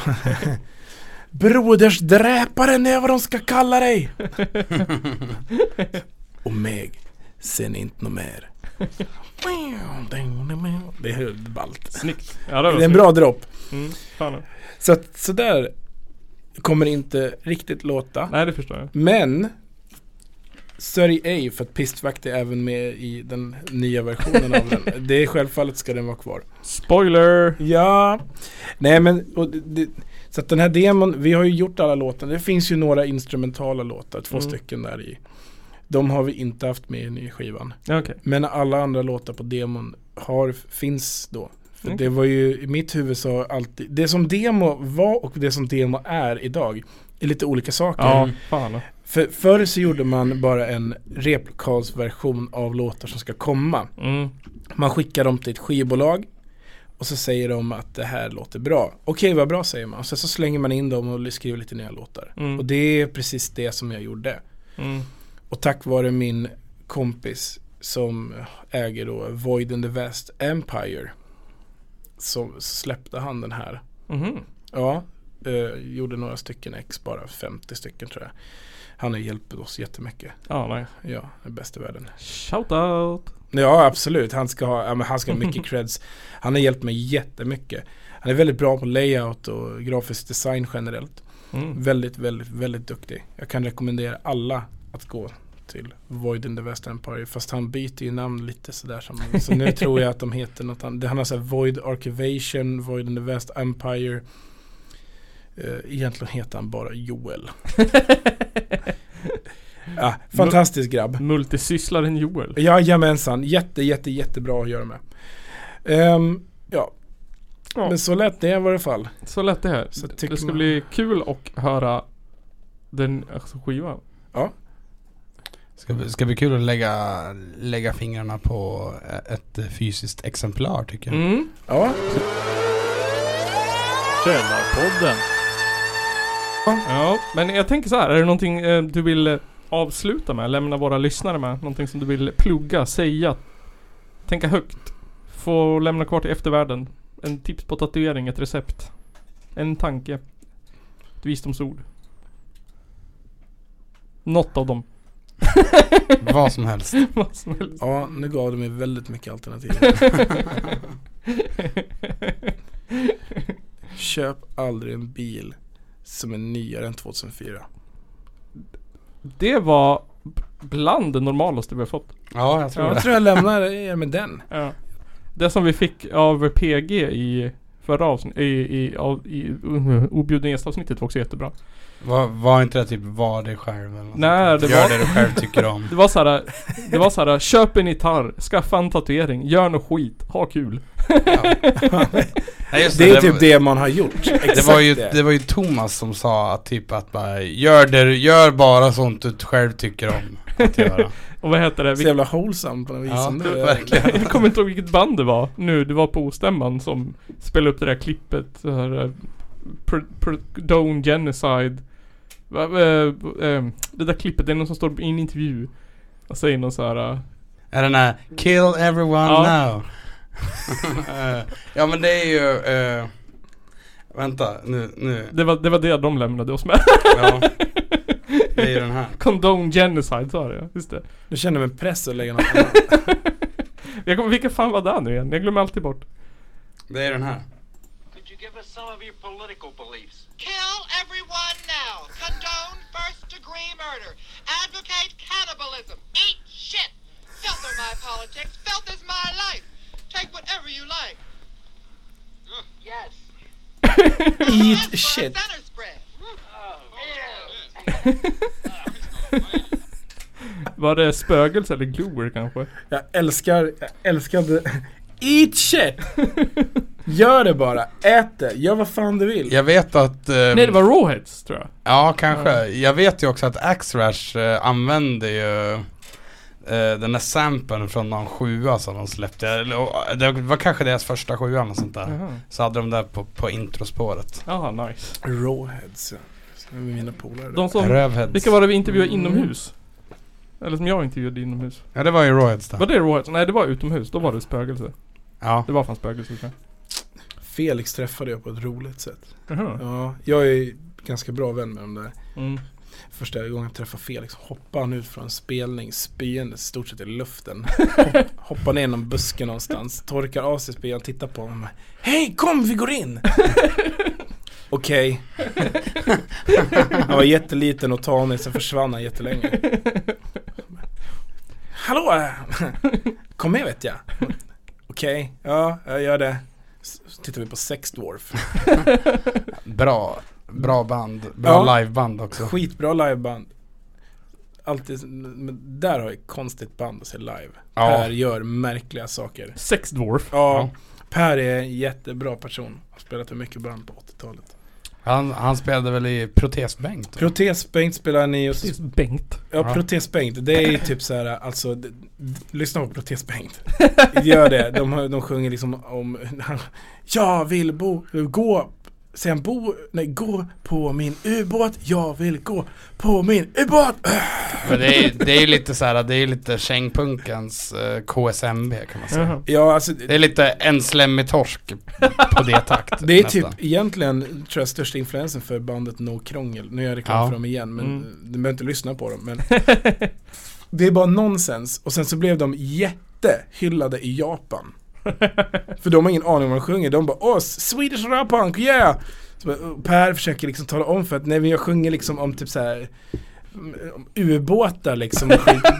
Brodersdräparen är vad de ska kalla dig. Och mig, sen inte något mer. Det är ballt. Snyggt. Ja, det är en bra dropp. Fan. Så där kommer inte riktigt låta. Nej, det förstår jag. Men så är det ej, för att Pistvakt är även med i den nya versionen av den. Det är självfallet ska den vara kvar. Spoiler! Ja. Nej, men så att den här demon, vi har ju gjort alla låtar. Det finns ju några instrumentala låtar, 2 stycken där i. De har vi inte haft med i ny skivan. Okay. Men alla andra låtar på demon finns då. För det var ju i mitt huvud så alltid, det som demo var och det som demo är idag är lite olika saker. Ja, fan. Förr så gjorde man bara en replokalsversion av låtar som ska komma. Man skickar dem till ett skivbolag och så säger de att det här låter bra. Okej, vad bra, säger man. Så slänger man in dem och skriver lite nya låtar. Och det är precis det som jag gjorde. Och tack vare min kompis som äger då Void in the West Empire, så släppte han den här. Ja, gjorde några stycken bara 50 stycken tror jag. Han har hjälpt oss jättemycket. Nej. Ja, är bäst i världen. Shout out. Ja, absolut. Han ska ha mycket creds. Han har hjälpt mig jättemycket. Han är väldigt bra på layout och grafisk design generellt. Väldigt, väldigt, väldigt duktig. Jag kan rekommendera alla att gå till Void in the West Empire, fast han byter ju namn lite sådär så nu tror jag att de heter något annat. Han har så här Void Archivation, Void in the West Empire. Egentligen heter han bara Joel. Ja, fantastisk grabb. Multisysslaren Joel. Ja, jamensan. Jättebra att göra med. Ja. Men så lät det i varje fall. Så lät det här. Så det ska bli kul att höra den skivan. Ja. Ska bli kul att lägga fingrarna på ett fysiskt exemplar, tycker jag. Ja. Källarpodden. Ja, men jag tänker så här, är det någonting du vill avsluta med, lämna våra lyssnare med någonting som du vill plugga, säga, tänka högt, få lämna kvar till eftervärlden, en tips på tatuering, ett recept, en tanke, ett visdomsord, något av dem. Vad som helst. Vad som helst. Ja, nu gav du mig väldigt mycket alternativ. Köp aldrig en bil som är nyare än 2004. Det var bland det normalaste vi har fått. Ja, jag tror Jag det. tror jag lämnar er med den. Ja. Det som vi fick av PG i förra avsnittet, i objuden gästavsnittet var också jättebra. Var inte det typ var dig själv eller något? Nej, det Gör var det du själv tycker om. det var så här, köp en gitarr, skaffa en tatuering, gör något skit, ha kul. Nej, just Det är typ det man har gjort. Det var ju Thomas som sa att typ att bara gör bara sånt du själv tycker om att göra. Och vad heter det? Så jävla wholesome på något vis. Ja, ändå. verkligen. Jag kommer inte ihåg vilket band det var nu. Det var på Ostämman som spelade upp det där klippet så här, Don't Genocide. Det där klippet, det är någon som står i en intervju och säger någon så här. Är den här kill everyone now? Ja men det är ju vänta, nu. Det var det de lämnade oss med. Ja. Det är ju den här. Condone Genocide, sa det, just det. Du känner mig press att lägga något annat. Vilka fan var det nu igen? Jag glömmer alltid bort. Det är den här. Could you give us some of your political beliefs? Kill everyone now. Condone first-degree murder. Advocate cannibalism. Eat shit. Filth are my politics. Filth is my life. Take whatever you like. Yes. Eat shit. Center spread. Var det spögelse eller glower kanske? Jag älskade eat shit. Gör det bara. Ät det. Gör vad fan du vill. Jag vet att Nej, det var Rawheads tror jag. ja, kanske. Jag vet ju också att Axrash använde ju den där samplen från någon 7 som de släppte. Det var kanske deras första 7 och sånt där. Jaha. Så hade de där på introspåret. Jaha, nice. Rawheads. Det är mina polare. De som, Rövheads. vilka var det vi intervjuade inomhus? Eller som jag intervjuade inomhus. Ja, det var ju Rawheads där. Var det Rawheads? Nej, det var utomhus. Då var det spögelse. Ja. Det var fan spögelse tror jag. Felix träffade jag på ett roligt sätt. Jaha. Ja, jag är ganska bra vän med dem där. Mm. Första gången jag träffade Felix hoppade han ut från en spelning, spyende stort sett i luften. Hoppar ner någon buske någonstans, torkar av sig spyan, tittar på honom. Hej, kom vi går in! Okej. Han var jätteliten och tanig, sen försvann han jättelänge. Hallå! Kom med vet jag. Okej, ja, jag gör det. Så tittar vi på Sex Dwarf. Bra band. Bra liveband också. Skitbra liveband. Alltid, men där har jag ett konstigt band att se live. Ja. Per gör märkliga saker. Sex Dwarf. Ja, Per är en jättebra person. Har spelat för mycket band på 80-talet. Han spelade väl i Protesbänkt? Protesbänkt spelar ni och... Bengt. Ja, Protesbänkt. Det är ju typ så här, alltså lyssna på Protesbänkt. Gör det. De sjunger liksom om jag vill gå på min ubåt. Jag vill gå på min ubåt. Men det är ju lite så här, det är lite Kängpunkens KSMB kan man säga. Jaha. Ja, alltså Det är lite en slemmig torsk på det takt. det är nästan. typ egentligen tror jag största influensen för bandet No Krångel. Nu är jag reklam för dem igen, men du behöver inte lyssna på dem, men det är bara nonsens. Och sen så blev de jättehyllade i Japan. För de har ingen aning om vad de sjunger. De bara, Swedish rap punk, yeah! Så Per försöker liksom tala om för att nej, men jag sjunger liksom om typ så här om ubåtar liksom.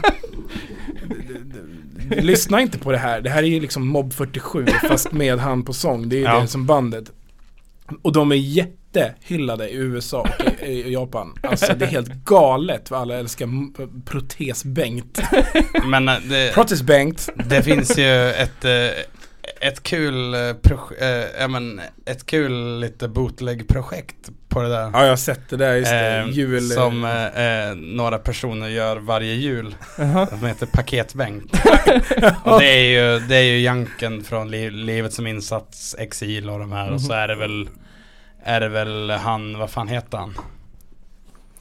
Lyssna inte på det här. Det här är ju liksom Mob 47 fast med han på sång. Det är ju det som bandet. Och de är jättehyllade i USA och i Japan. Alltså det är helt galet vad alla älskar Protesbänkt. Men Protesbänkt. det finns ju ett kul ett kul lite bootleg-projekt på det där. Ja, jag har sett det där just det. Jul som några personer gör varje jul. De heter Paketbänkt. Och det är ju Janken från Livet som insats, Exil och de här. Och så är det väl han, vad fan heter han?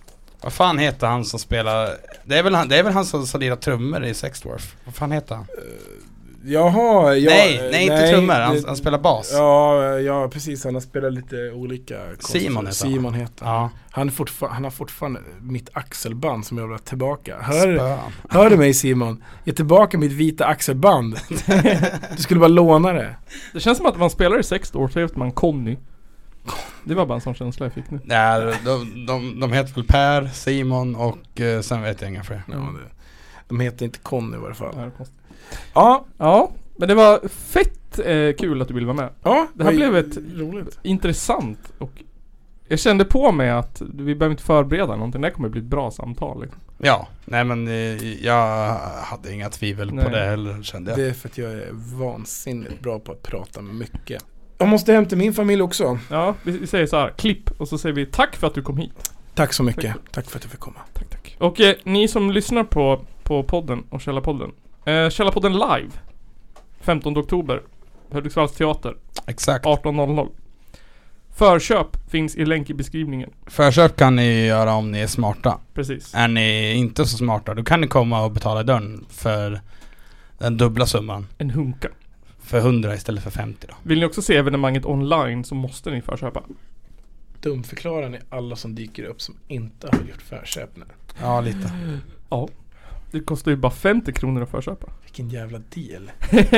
Vad fan heter han som spelar? Det är väl han som lirar trummor i Sexdwarf. Vad fan heter han? Jaha, nej, inte trummor. Han spelar bas. Ja, precis. Han har spelat lite olika. Simon heter han. Ja. Han har fortfarande mitt axelband som jag vill ha tillbaka. Hör du mig, Simon? Ge tillbaka mitt vita axelband. Du skulle bara låna det. Det känns som att man spelar i 6 år så heter man Conny. Det var bara en sån känsla jag fick nu. Nej, de heter väl Per, Simon och sen vet jag inga fler. Ja, de heter inte Conny i varje fall. Ja, men det var fett kul att du ville vara med. Ja, det här blev ett roligt. Intressant och jag kände på mig att vi behöver inte förbereda någonting. Det kommer bli ett bra samtal liksom. Ja, nej men jag hade inga tvivel på det heller, kände jag. Det är för att jag är vansinnigt bra på att prata mycket. Jag måste hem till min familj också. Ja, vi säger så här, klipp och så säger vi tack för att du kom hit. Tack så mycket. Tack för att du fick komma. Tack. Och ni som lyssnar på podden och Källarpodden. Källarpodden live 15 oktober Hudiksvalls teater. Exakt 18:00. Förköp finns i länk i beskrivningen. Förköp kan ni göra om ni är smarta. Precis. Är ni inte så smarta, då kan ni komma och betala dörren för den dubbla summan. En hunka. För 100 istället för 50 då. Vill ni också se evenemanget online så måste ni förköpa. Dumförklarar ni alla som dyker upp som inte har gjort förköp nu? Ja, lite. Ja. Det kostar ju bara 50 kronor att förköpa. Vilken jävla deal.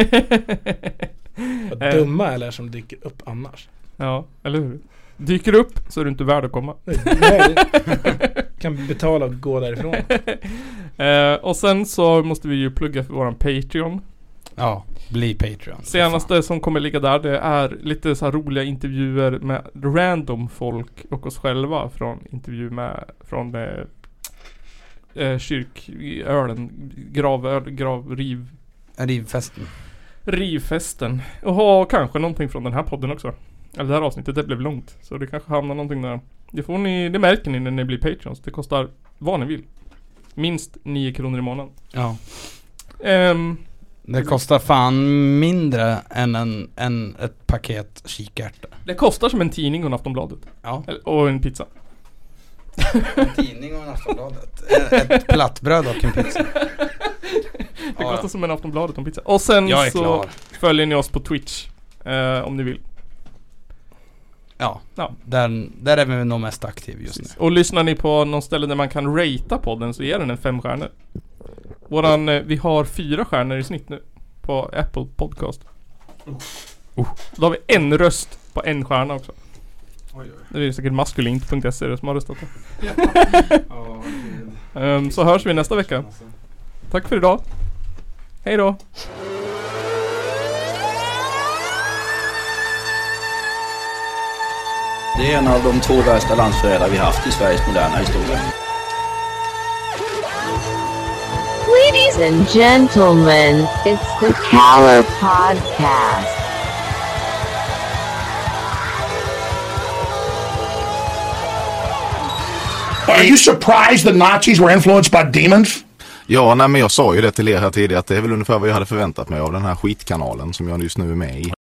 Vad dumma eller som dyker upp annars. Ja, eller hur? Dyker upp så är du inte värd att komma. Nej, kan betala och gå därifrån. Och sen så måste vi ju plugga för våran Patreon. Ja, bli Patreon. Senaste som kommer ligga där, det är lite så här roliga intervjuer med random folk och oss själva från intervju med från kyrkölen, rivfesten. Och kanske någonting från den här podden också. Eller det här avsnittet, det blev långt. Så det kanske hamnar någonting där. Det märker ni när ni blir Patreons. Det kostar vad ni vill. Minst 9 kronor i månaden. Ja. Det kostar fan mindre än ett paket kikärtor. Det kostar som en tidning och en Aftonbladet. Ja. Och en pizza. En tidning och en Aftonbladet. Ett plattbröd och en pizza. Det kostar som en Aftonbladet och en pizza. Och sen så följer ni oss på Twitch om ni vill. Ja. Där är vi nog mest aktiv just nu. Och lyssnar ni på någon ställe där man kan ratea podden så ger den en 5 stjärnor. Vi har 4 stjärnor i snitt nu på Apple Podcast. Då har vi en röst på en stjärna också. Det är säkert maskulint.se som har röstat det. Så hörs vi nästa vecka. Tack för idag. Hej då. Det är en av de 2 värsta landsförrädare vi haft i Sveriges moderna historia. Ladies and gentlemen, it's the Caller Podcast. Are you surprised the Nazis were influenced by demons? Ja, nej, men jag sa ju det till er här tidigare att det är väl ungefär vad jag hade förväntat mig av den här skitkanalen som jag just nu är med i.